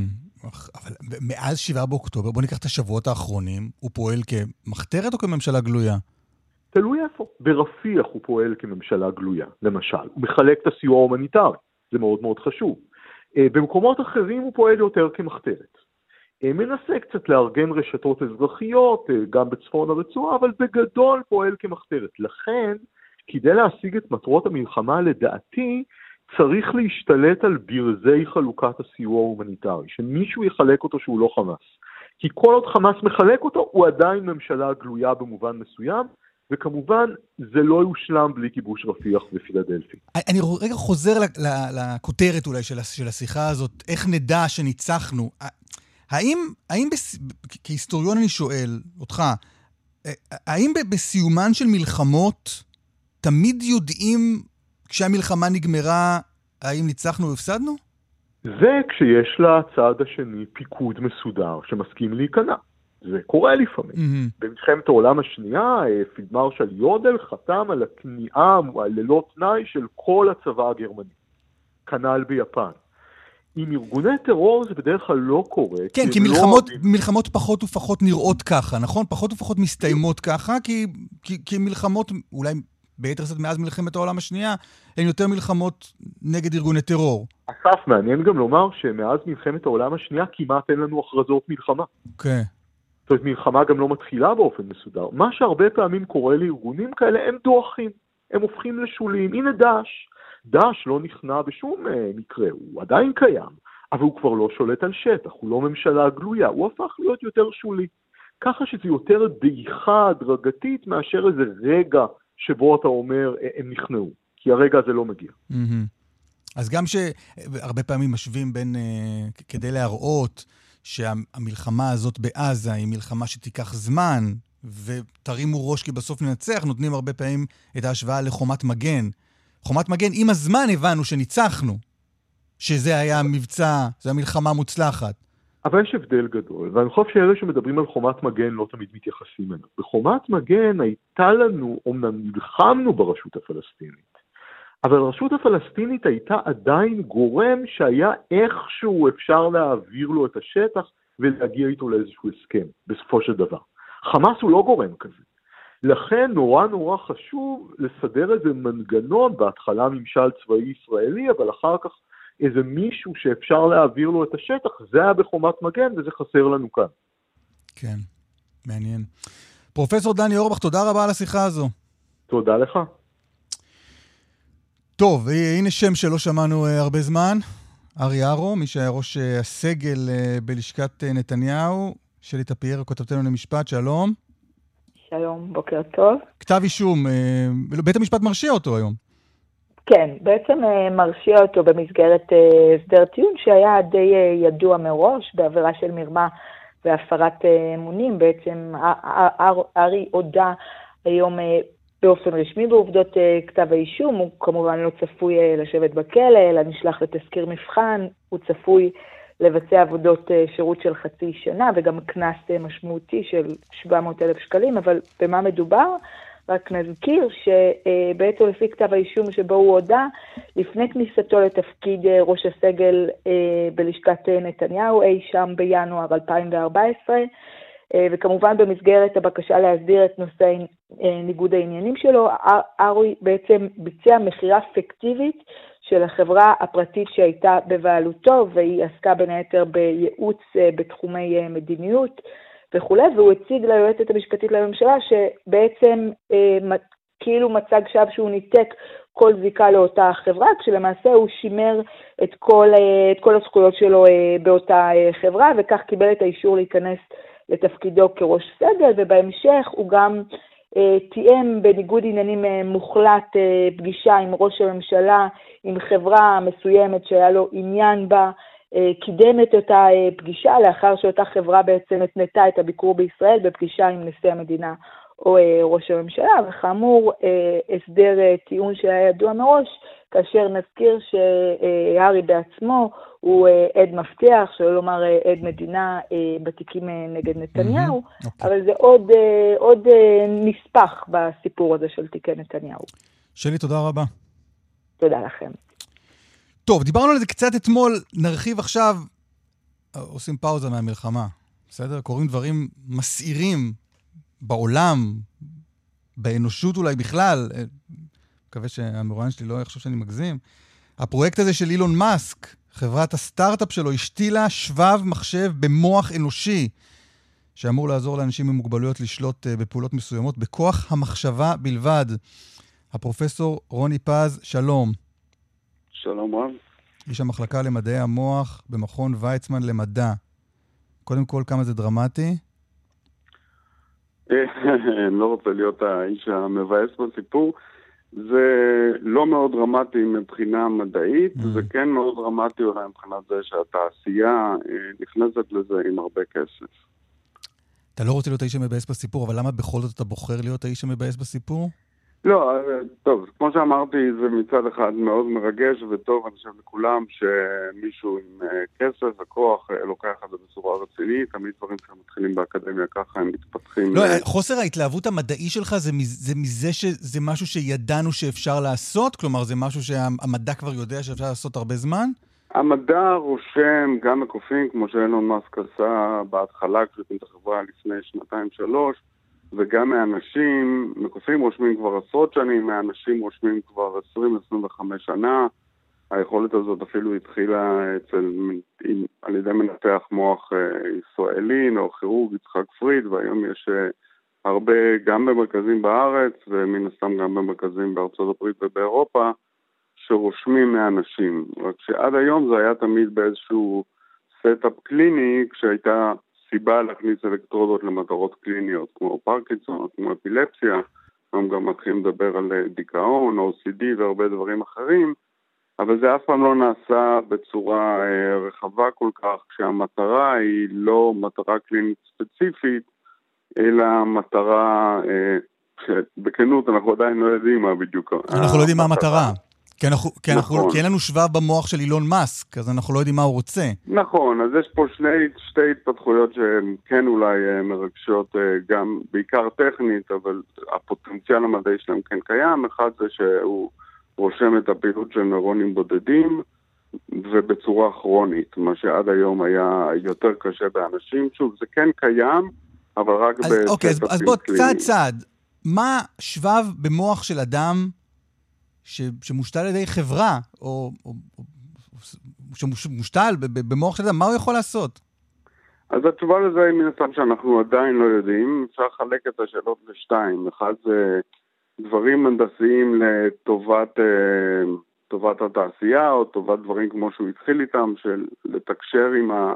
אבל מאז 7 באוקטובר, בוא ניקח את השבועות האחרונים, הוא פועל כמחתרת או כממשלה גלויה? תלוי איפה. ברפיח הוא פועל כממשלה גלויה, למשל. הוא מחלק את הסיוע ההומניטרי, זה מאוד מאוד חשוב. במקומות אחרים הוא פועל יותר כמחתרת. מנסה קצת לארגן רשתות אזרחיות, גם בצפון הרצועה, אבל בגדול פועל כמחתרת. לכן, כדי להשיג את מטרות המלחמה, לדעתי, צריך להשתלט על ברזי חלוקת הסיוע ההומניטרי, שמישהו יחלק אותו שהוא לא חמאס. כי כל עוד חמאס מחלק אותו, הוא עדיין ממשלה גלויה במובן מסוים, וכמובן זה לא יושלם בלי כיבוש רפיח ופילדלפי. אני רגע חוזר לכותרת אולי של השיחה הזאת, איך נדע שניצחנו. האם כהיסטוריון אני שואל אותך, האם בסיומן של מלחמות תמיד יודעים כשהמלחמה נגמרה האם ניצחנו או הפסדנו? זה כשיש לצד השני פיקוד מסודר שמסכים להיכנע. זה קורה לפעמים. במלחמת העולם השנייה, פילדמרשל יודל חתם על הכניעה ללא תנאי של כל הצבא הגרמני. כנ"ל ביפן. עם ארגוני טרור זה בדרך כלל לא קורה. כן, כי מלחמות פחות ופחות נראות ככה, נכון? פחות ופחות מסתיימות ככה, כי מלחמות, אולי ביתר שאת מאז מלחמת העולם השנייה, הן יותר מלחמות נגד ארגוני טרור. אסף, מעניין גם לומר שמאז מלחמת העולם השנייה כמעט אין לנו הכרזות מלחמה. כן. זאת אומרת, מלחמה גם לא מתחילה באופן מסודר. מה שהרבה פעמים קורה לארגונים כאלה, הם דוחים. הם הופכים לשולים. הנה דאעש לא נכנע בשום מקרה, הוא עדיין קיים, אבל הוא כבר לא שולט על שטח, הוא לא ממשלה גלויה, הוא הפך להיות יותר שולי. ככה שזה יותר דעיכה הדרגתית מאשר איזה רגע שבו אתה אומר, הם נכנעו, כי הרגע הזה לא מגיע. אז גם שהרבה פעמים משווים בין, כדי להראות שהמלחמה הזאת בעזה היא מלחמה שתיקח זמן, ותרימו ראש כי בסוף ננצח, נותנים הרבה פעמים את ההשוואה לחומת מגן. חומת מגן, עם הזמן הבנו שניצחנו, שזה היה מבצע, זו המלחמה מוצלחת. אבל יש הבדל גדול, ואני חושב שאלה שמדברים על חומת מגן לא תמיד מתייחסים אליו. בחומת מגן הייתה לנו, אומנם נלחמנו ברשות הפלסטינית, אבל הרשות הפלסטינית הייתה עדיין גורם שהיה איכשהו אפשר להעביר לו את השטח ולהגיע איתו לאיזשהו הסכם, בסופו של דבר. חמאס הוא לא גורם כזה. לכן נורא חשוב לסדר איזה מנגנון, בהתחלה ממשל צבאי ישראלי, אבל אחר כך איזה מישהו שאפשר להעביר לו את השטח, זה היה בחומת מגן וזה חסר לנו כאן. כן, מעניין. פרופסור דני אורבך, תודה רבה על השיחה הזו. תודה לך. טוב, הנה שם שלא שמענו הרבה זמן, ארי ארו, מי שהיה ראש הסגל בלשכת נתניהו, שלי תפייר, כותבתנו למשפט, שלום. שלום, בוקר טוב. כתב אישום, בית המשפט מרשיע אותו היום. כן, בעצם מרשיע אותו במסגרת הסדר טיעון שהיה די ידוע מראש, בעבירה של מרמה והפרת אמונים. בעצם ארי הודע היום באופן רשמי בעובדות כתב האישום, הוא כמובן לא צפוי לשבת בכלא, אלא נשלח לתזכיר מבחן, הוא צפוי לבצע עבודות שירות של חצי שנה, וגם קנס משמעותי של 700,000 שקלים, אבל במה מדובר? רק נזכיר שבעצם לפי כתב האישום שבו הוא הודע, לפני כניסתו לתפקיד ראש הסגל בלשכת נתניהו, אי שם בינואר 2014, וכמובן במסגרת הבקשה להסדיר את נושא ניגוד העניינים שלו, ארי בעצם ביצע מחירה פיקטיבית של החברה הפרטית שהייתה בבעלותו, והיא עסקה בין היתר בייעוץ בתחומי מדיניות וכו', והוא הציג ליועצת המשפטית לממשלה שבעצם כאילו מצג שווא שהוא ניתק כל זיקה לאותה חברה, כשלמעשה הוא שימר את כל הזכויות שלו באותה חברה, וכך קיבל את האישור להיכנס לתפקידו כראש סגל, ובהמשך הוא גם תיאם בניגוד עניינים מוחלט פגישה עם ראש הממשלה, עם חברה מסוימת שהיה לו עניין בה, קידם את אותה פגישה לאחר שאותה חברה בעצם התנתה את הביקור בישראל בפגישה עם נשיא המדינה או ראש הממשלה, וכאמור הסדר טיעון שהיה ידוע מראש, כאשר נזכיר שהארי בעצמו הוא עד מבטיח, שלא לומר עד מדינה בתיקים נגד נתניהו, אבל זה עוד נספח בסיפור הזה של תיקי נתניהו. שלי, תודה רבה. תודה לכם. טוב, דיברנו על זה קצת אתמול, נרחיב עכשיו, עושים פאוזה מהמלחמה, בסדר? קוראים דברים מסעירים בעולם, באנושות אולי בכלל, מקווה שהמרואיין שלי לא יחשוב שאני מגזים. הפרויקט הזה של אילון מאסק, חברת הסטארט-אפ שלו, השתילה שבב מחשב במוח אנושי, שאמור לעזור לאנשים עם מוגבלויות לשלוט בפעולות מסוימות, בכוח המחשבה בלבד. הפרופסור רוני פז, שלום. שלום רב. איש המחלקה למדעי המוח במכון ויצמן למדע. קודם כל, כמה זה דרמטי? אני לא רוצה להיות האיש המבאס בסיפור. זה לא מאוד דרמטי מבחינה מדעית, זה כן מאוד דרמטי אולי מבחינת זה שהתעשייה נכנסת לזה עם הרבה כסף. אתה לא רוצה להיות האיש המבאס בסיפור, אבל למה בכל זאת אתה בוחר להיות האיש המבאס בסיפור? לא, טוב, כמו שאמרתי, זה מצד אחד מאוד מרגש וטוב, אני חושב לכולם שמישהו עם כסף וכוח לוקח את זה בצורה רצינית, תמיד דברים שמתחילים באקדמיה ככה הם מתפתחים. לא, חוסר ההתלהבות המדעי שלך זה מזה שזה משהו שידענו שאפשר לעשות? כלומר, זה משהו שהמדע כבר יודע שאפשר לעשות הרבה זמן? המדע רושם גם מקופים, כמו שאילון מאסק עשה בהתחלה, כשהקים את החברה לפני 2-3, וגם מהאנשים, מקופים רושמים כבר עשרות שנים, מהאנשים רושמים כבר 20-25 שנה. היכולת הזאת אפילו התחילה על ידי מנתח מוח ישראלי, נאוכירורג יצחק פריד, והיום יש הרבה גם במרכזים בארץ, ומן הסתם גם במרכזים בארצות הברית ובאירופה, שרושמים מאנשים. רק שעד היום זה היה תמיד באיזשהו סטאפ קליני, כשהייתה סיבה להכניס אלקטרודות למטרות קליניות, כמו פרקינסון, כמו אפילפסיה, הם גם מתחילים לדבר על דיכאון, OCD והרבה דברים אחרים, אבל זה אף פעם לא נעשה בצורה רחבה כל כך, כשהמטרה היא לא מטרה קלינית ספציפית, אלא מטרה, שבכנות אנחנו עדיין לא יודעים מה בדיוק. אנחנו לא יודעים מה המטרה. כי אין לנו שבב במוח של אילון מאסק, אז אנחנו לא יודעים מה הוא רוצה. נכון, אז יש פה שתי התפתחויות שהן כן אולי מרגשות, גם בעיקר טכנית, אבל הפוטנציאל המדעי שלהם כן קיים. אחד זה שהוא רושם את הפעילות של נוירונים בודדים, ובצורה כרונית, מה שעד היום היה יותר קשה באנשים. שוב, זה כן קיים, אבל רק אוקיי, אז בוא, צעד. מה שבב במוח של אדם שמושתל על ידי חברה, או שמושתל במוח של אדם, מה הוא יכול לעשות? אז התשובה לזה היא מן הסתם שאנחנו עדיין לא יודעים. אפשר לחלק את השאלות לשתיים. אחד זה דברים הנדסיים לטובת התעשייה, או טובת דברים כמו שהוא התחיל איתם, של לתקשר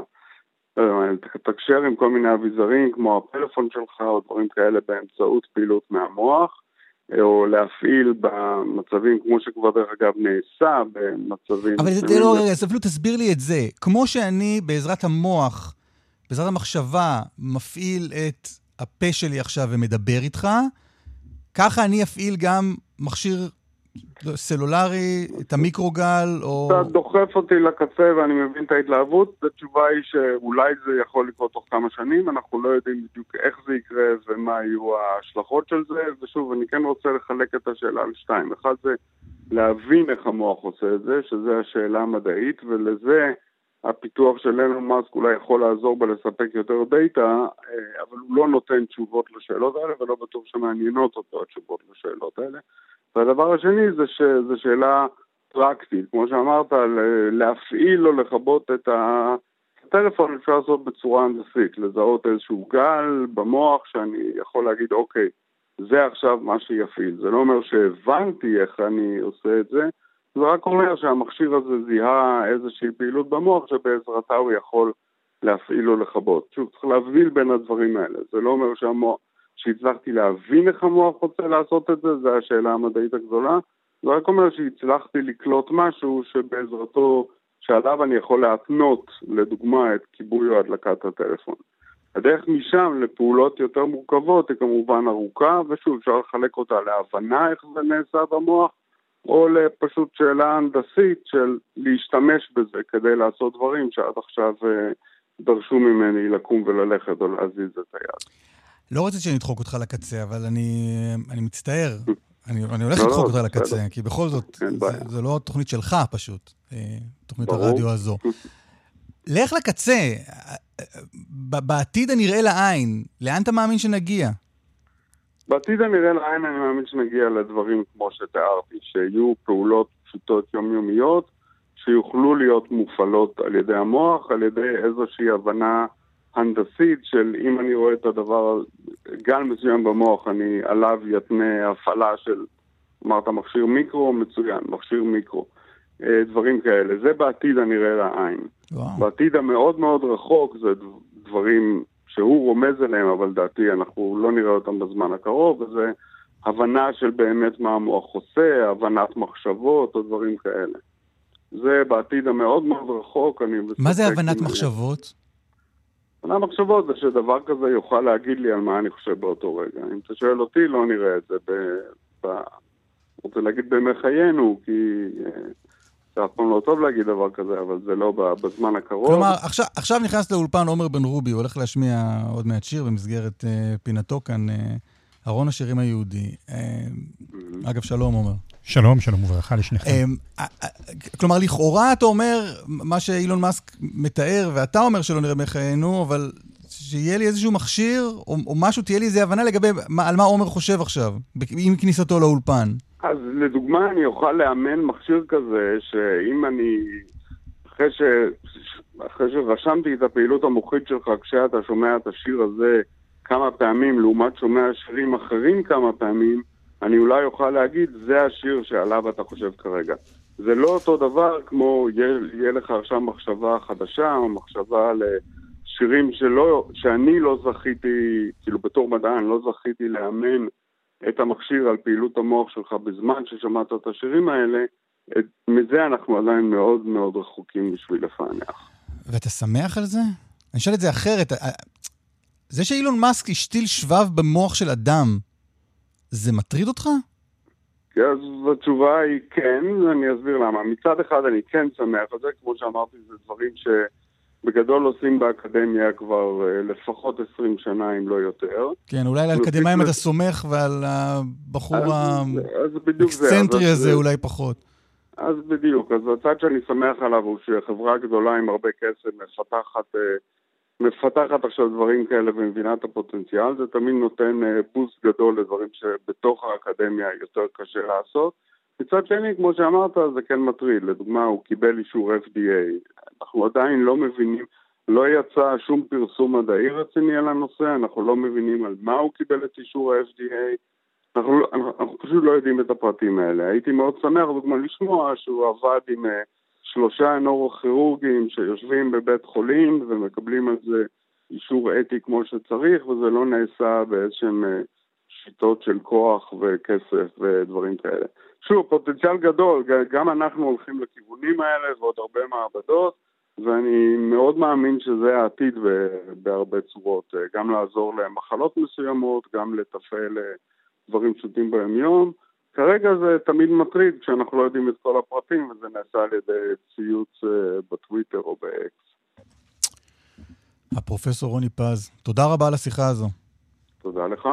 עם כל מיני אביזרים, כמו הפלאפון שלך, או דברים כאלה באמצעות פעילות מהמוח, או להפעיל במצבים, כמו שכבר דרך אגב נעשה, במצבים... אבל זה לא, אפילו תסביר לי את זה. כמו שאני בעזרת המוח, בעזרת המחשבה, מפעיל את הפה שלי עכשיו ומדבר איתך, ככה אני אפעיל גם מכשיר סלולרי, את המיקרוגל, או... אתה דוחף אותי לקצה ואני מבין את ההתלהבות, התשובה היא שאולי זה יכול לקרות תוך כמה שנים, אנחנו לא יודעים בדיוק איך זה יקרה ומה יהיו ההשלכות של זה, ושוב, אני כן רוצה לחלק את השאלה על שתיים. אחד זה להבין איך המוח עושה את זה, שזה השאלה המדעית, ולזה הפיתוח של אילון מאסק אולי יכול לעזור בלספק יותר דאטה, אבל הוא לא נותן תשובות לשאלות האלה, ולא בטוח שמעניינות אותו התשובות לשאלות האלה. והדבר השני זה שאלה פרקטית, כמו שאמרת, להפעיל או לכבות את הטלפון, אפשר לעשות בצורה הנדסית, לזהות איזשהו גל במוח שאני יכול להגיד, אוקיי, זה עכשיו מה שיפעיל. זה לא אומר שהבנתי איך אני עושה את זה, זה רק אומר שהמכשיר הזה זיהה איזושהי פעילות במוח שבעזרתה הוא יכול להפעיל או לכבות. שוב, צריך להבדיל בין הדברים האלה. זה לא אומר שהצלחתי להבין איך המוח רוצה לעשות את זה, זה השאלה המדעית הגדולה. זה רק אומר שהצלחתי לקלוט משהו שבעזרתו, שעליו אני יכול להתנות, לדוגמה, את כיבוי או הדלקת הטלפון. הדרך משם לפעולות יותר מורכבות היא כמובן ארוכה, ושוב, אפשר לחלק אותה להבנה איך זה נעשה במוח, או לפשוט שאלה הנדסית של להשתמש בזה כדי לעשות דברים שעד עכשיו דרשו ממני לקום וללכת או להזיז את היד. לא רציתי שנדחוק אותך לקצה, אבל אני מצטער. אני הולך לדחוק אותך לקצה, כי בכל זאת, זה לא תוכנית שלך פשוט, תוכנית הרדיו הזו. לך לקצה, בעתיד הנראה לעין, לאן אתה מאמין שנגיע? בעתיד הנראה לעין אני מאמין שנגיע לדברים כמו שתיארתי, שיהיו פעולות פשוטות יומיומיות, שיוכלו להיות מופעלות על ידי המוח, על ידי איזושהי הבנה הנדסית של אם אני רואה את הדבר, גל מסוים במוח, אני עליו יתנה הפעלה של, אמרת מכשיר מיקרו, מצוין, מכשיר מיקרו, דברים כאלה. זה בעתיד הנראה לעין. בעתיד המאוד מאוד רחוק זה דברים שהוא רומז אליהם, אבל דעתי אנחנו לא נראה אותם בזמן הקרוב, וזה הבנה של באמת מה המוח עושה, הבנת מחשבות או דברים כאלה. זה בעתיד המאוד מאוד רחוק. מה זה הבנת מחשבות? הבנת מחשבות זה שדבר כזה יוכל להגיד לי על מה אני חושב באותו רגע. אם אתה שואל אותי, לא נראה את זה רוצה להגיד בימי חיינו, כי זה אף פעם לא טוב להגיד דבר כזה, אבל זה לא בזמן הקרוב. כלומר, עכשיו נכנס לאולפן עומר בן רובי, הוא הולך להשמיע עוד מעט שיר במסגרת פינתו כאן, ארון השירים היהודי. אגב, שלום עומר. שלום, שלום וברכה לשניכם. כלומר, לכאורה אתה אומר מה שאילון מאסק מתאר, ואתה אומר שלא נראה מחיינו, אבל שיהיה לי איזשהו מכשיר, או משהו, תהיה לי איזו הבנה לגבי על מה עומר חושב עכשיו, עם כניסתו לאולפן. אז לדוגמה, אני אוכל לאמן מכשיר כזה, שאם אני, אחרי שרשמתי את הפעילות המוחית שלך, כשאתה שומע את השיר הזה, כמה פעמים, לעומת שומע שירים אחרים כמה פעמים, אני אולי אוכל להגיד, זה השיר שעליו אתה חושב כרגע. זה לא אותו דבר כמו יהיה לך עכשיו מחשבה חדשה, או מחשבה לשירים שאני לא זכיתי, כאילו בתור מדען, לא זכיתי לאמן את המכשיר על פעילות המוח שלך בזמן ששמעת את השירים האלה. מזה אנחנו עדיין מאוד מאוד רחוקים בשביל לפענח. ואתה שמח על זה? אני אשאל את זה אחרת. זה שאילון מאסק השתיל שבב במוח של אדם, זה מטריד אותך? אז התשובה היא כן, ואני אסביר למה. מצד אחד אני כן שמח על זה, כמו שאמרתי, זה דברים שבגדול עושים באקדמיה כבר לפחות 20 שנה, אם לא יותר. כן, אולי על האקדמיים אתה סומך, ועל הבחור האקסצנטרי הזה אולי פחות. אז בדיוק, אז הצד שאני שמח עליו הוא שחברה גדולה עם הרבה כסף מפתחת עכשיו דברים כאלה ומבינה את הפוטנציאל, זה תמיד נותן פוס גדול לדברים שבתוך האקדמיה יותר קשה לעשות. מצד שני, כמו שאמרת, זה כן מטריד. לדוגמה, הוא קיבל אישור FDA. אנחנו עדיין לא מבינים, לא יצא שום פרסום מדעי רציני על הנושא, אנחנו לא מבינים על מה הוא קיבל את אישור ה-FDA. אנחנו פשוט לא יודעים את הפרטים האלה. הייתי מאוד שמח, לדוגמה, לשמוע שהוא עבד עם 3 נוירוכירורגים שיושבים בבית חולים ומקבלים על זה אישור אתי כמו שצריך, וזה לא נעשה באיזשהם שיטות של כוח וכסף ודברים כאלה. שוב, פוטנציאל גדול, גם אנחנו הולכים לכיוונים האלה ועוד הרבה מעבדות, ואני מאוד מאמין שזה העתיד בהרבה צורות, גם לעזור למחלות מסוימות, גם לטפל דברים פשוטים ביום-יום. כרגע זה תמיד מטריד כשאנחנו לא יודעים את כל הפרטים, וזה נעשה על ידי ציוץ בטוויטר או באקס. הפרופסור רוני פז, תודה רבה על השיחה הזו. תודה לך.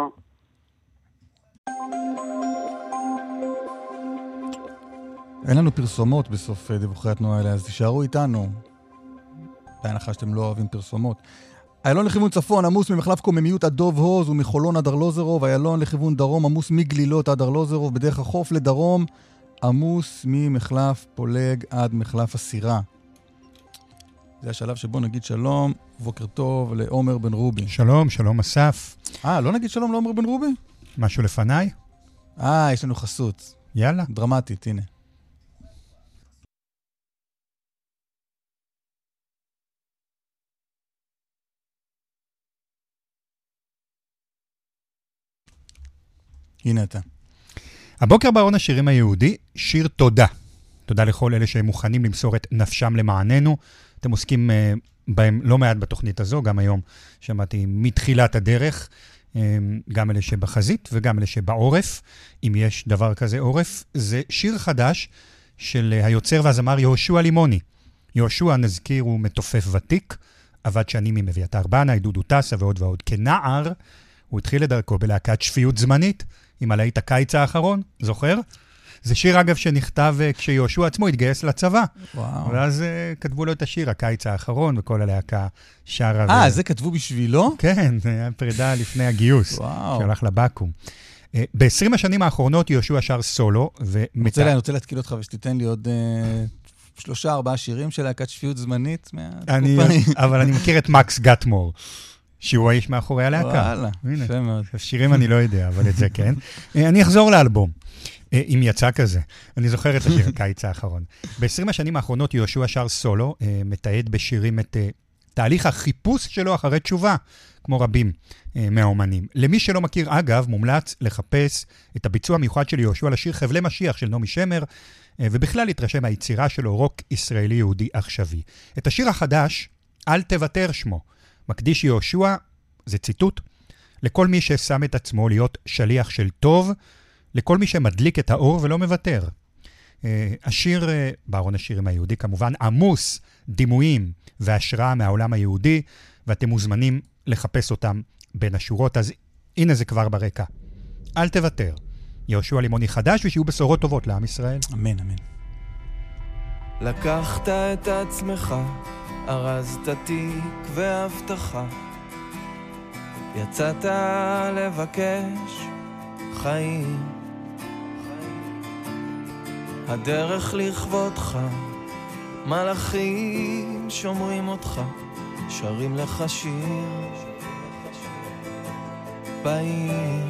אין לנו פרסומות בסוף דיווחי התנועה האלה, אז תישארו איתנו. בהנחה שאתם לא אוהבים פרסומות. איילון לכיוון צפון עמוס ממחלף קוממיות עד דוב הוז ומחולון עד ארלוזרוב, איילון לכיוון דרום עמוס מגלילות עד ארלוזרוב, בדרך החוף לדרום עמוס ממחלף פולג עד מחלף הסירה. זה השלב שבו נגיד שלום, בוקר טוב לעומר בן רובי. שלום, שלום אסף. לא נגיד שלום לעומר בן רובי? משהו לפניי? יש לנו חסות. יאללה. דרמטית, הנה. הנה אתה. הבוקר בארון השירים היהודי, שיר תודה. תודה לכל אלה שהם מוכנים למסור את נפשם למעננו. אתם עוסקים בהם לא מעט בתוכנית הזו, גם היום שמעתי מתחילת הדרך, גם אלה שבחזית וגם אלה שבעורף. אם יש דבר כזה עורף, זה שיר חדש של היוצר והזמר יהושע לימוני. יהושע, נזכיר, הוא מתופף ותיק, עבד שנים עם אביתר בנאי, דודו טסה ועוד ועוד. כנער, הוא התחיל לדרכו בלהקת שפיות זמנית, עם הלהיט הקיץ האחרון, זוכר? זה שיר אגב שנכתב כשיהושע עצמו התגייס לצבא. וואו. ואז כתבו לו את השיר, הקיץ האחרון, וכל הלהקה שרה. זה כתבו בשבילו? כן, זה היה פרידה לפני הגיוס, שהלך לבקו"ם. ב-20 השנים האחרונות יהושע שר סולו, אני רוצה להתקיל אותך ושתיתן לי עוד 3-4 שירים של להקת שפיות זמנית אבל אני מכיר את מקס גטמור. שהוא האיש מאחורי הלהקה. וואלה, יפה מאוד. שירים אני לא יודע, אבל את זה כן. אני אחזור לאלבום, אם יצא כזה. אני זוכר את השיר הקיץ האחרון. ב-20 השנים האחרונות יהושע שר סולו, מתעד בשירים את תהליך החיפוש שלו אחרי תשובה, כמו רבים מהאומנים. למי שלא מכיר, אגב, מומלץ לחפש את הביצוע המיוחד של יהושע לשיר חבלי משיח של נעמי שמר, ובכלל להתרשם מהיצירה שלו, רוק ישראלי יהודי עכשווי. את השיר החדש, אל תוותר שמו, מקדיש יהושע, זה ציטוט, לכל מי ששם את עצמו להיות שליח של טוב, לכל מי שמדליק את האור ולא מוותר. השיר בארון השירים היהודי כמובן עמוס דימויים והשראה מהעולם היהודי, ואתם מוזמנים לחפש אותם בין השורות, אז הנה זה כבר ברקע. אל תוותר. יהושע לימוני חדש, ושיהיו בשורות טובות לעם ישראל. אמן, אמן. לקחת את עצמך, ארזת תיק והבטחה, יצאת לבקש חיים, הדרך לכבודך, מלאכים שומרים אותך, שרים לך שיר, בעיר,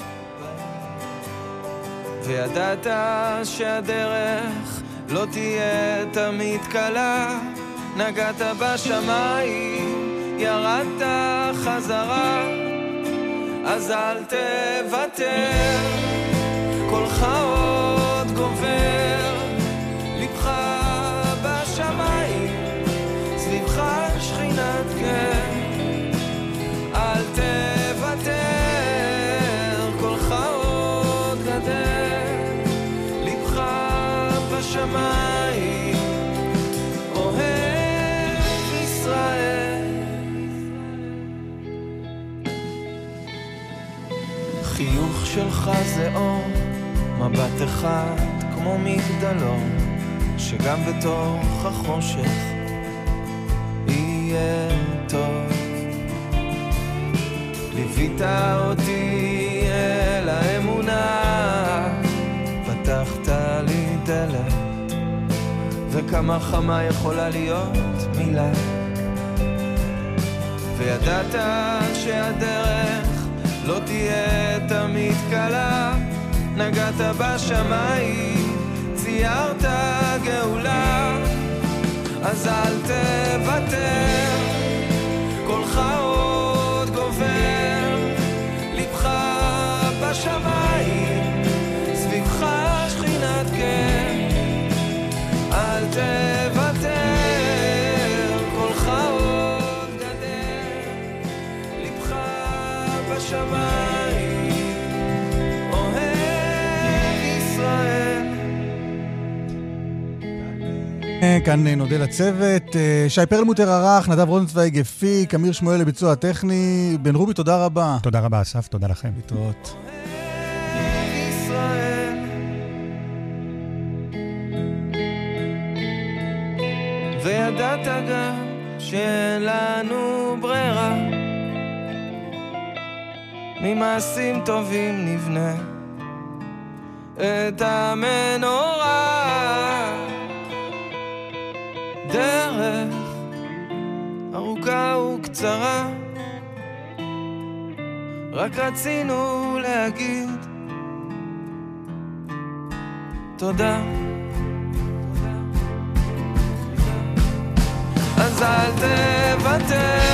וידעת שהדרך לא תהיה תמיד קלה, נגעת בשמיים, ירדת חזרה, אז אל תוותר, קולך עוד גובר, לבך בשמיים, סביבך שכינת כן, אל תוותר, קולך עוד גדל, לבך בשמיים, אוהב ישראל. חיוך שלך זה אור, מבט אחד כמו מגדלור, שגם בתוך החושך יהיה טוב. ליווית אותי אל האמונה, פתחת לי דלת, וכמה חמה יכולה להיות מילה, וידעת שהדרך לא תהיה תמיד קלה, נגעת בשמיים, ציירת גאולה, אז אל תוותר, קולך עוד גובר, לבך בשמיים, סביבך שכינת כן, אל תוותר, קולך עוד גדל, לבך בשמיים, אוהב ישראל. כאן נודה לצוות, שי פרלמוטר ערך, נדב רוזנצוויג הפיק, אמיר שמואל לביצוע הטכני, בן רובי תודה רבה. תודה רבה אסף, תודה לכם. להתראות. וידעת גם שאין לנו ברירה, ממעשים טובים נבנה את המנורה, דרך ארוכה וקצרה, רק רצינו להגיד תודה. אז אל תוותר,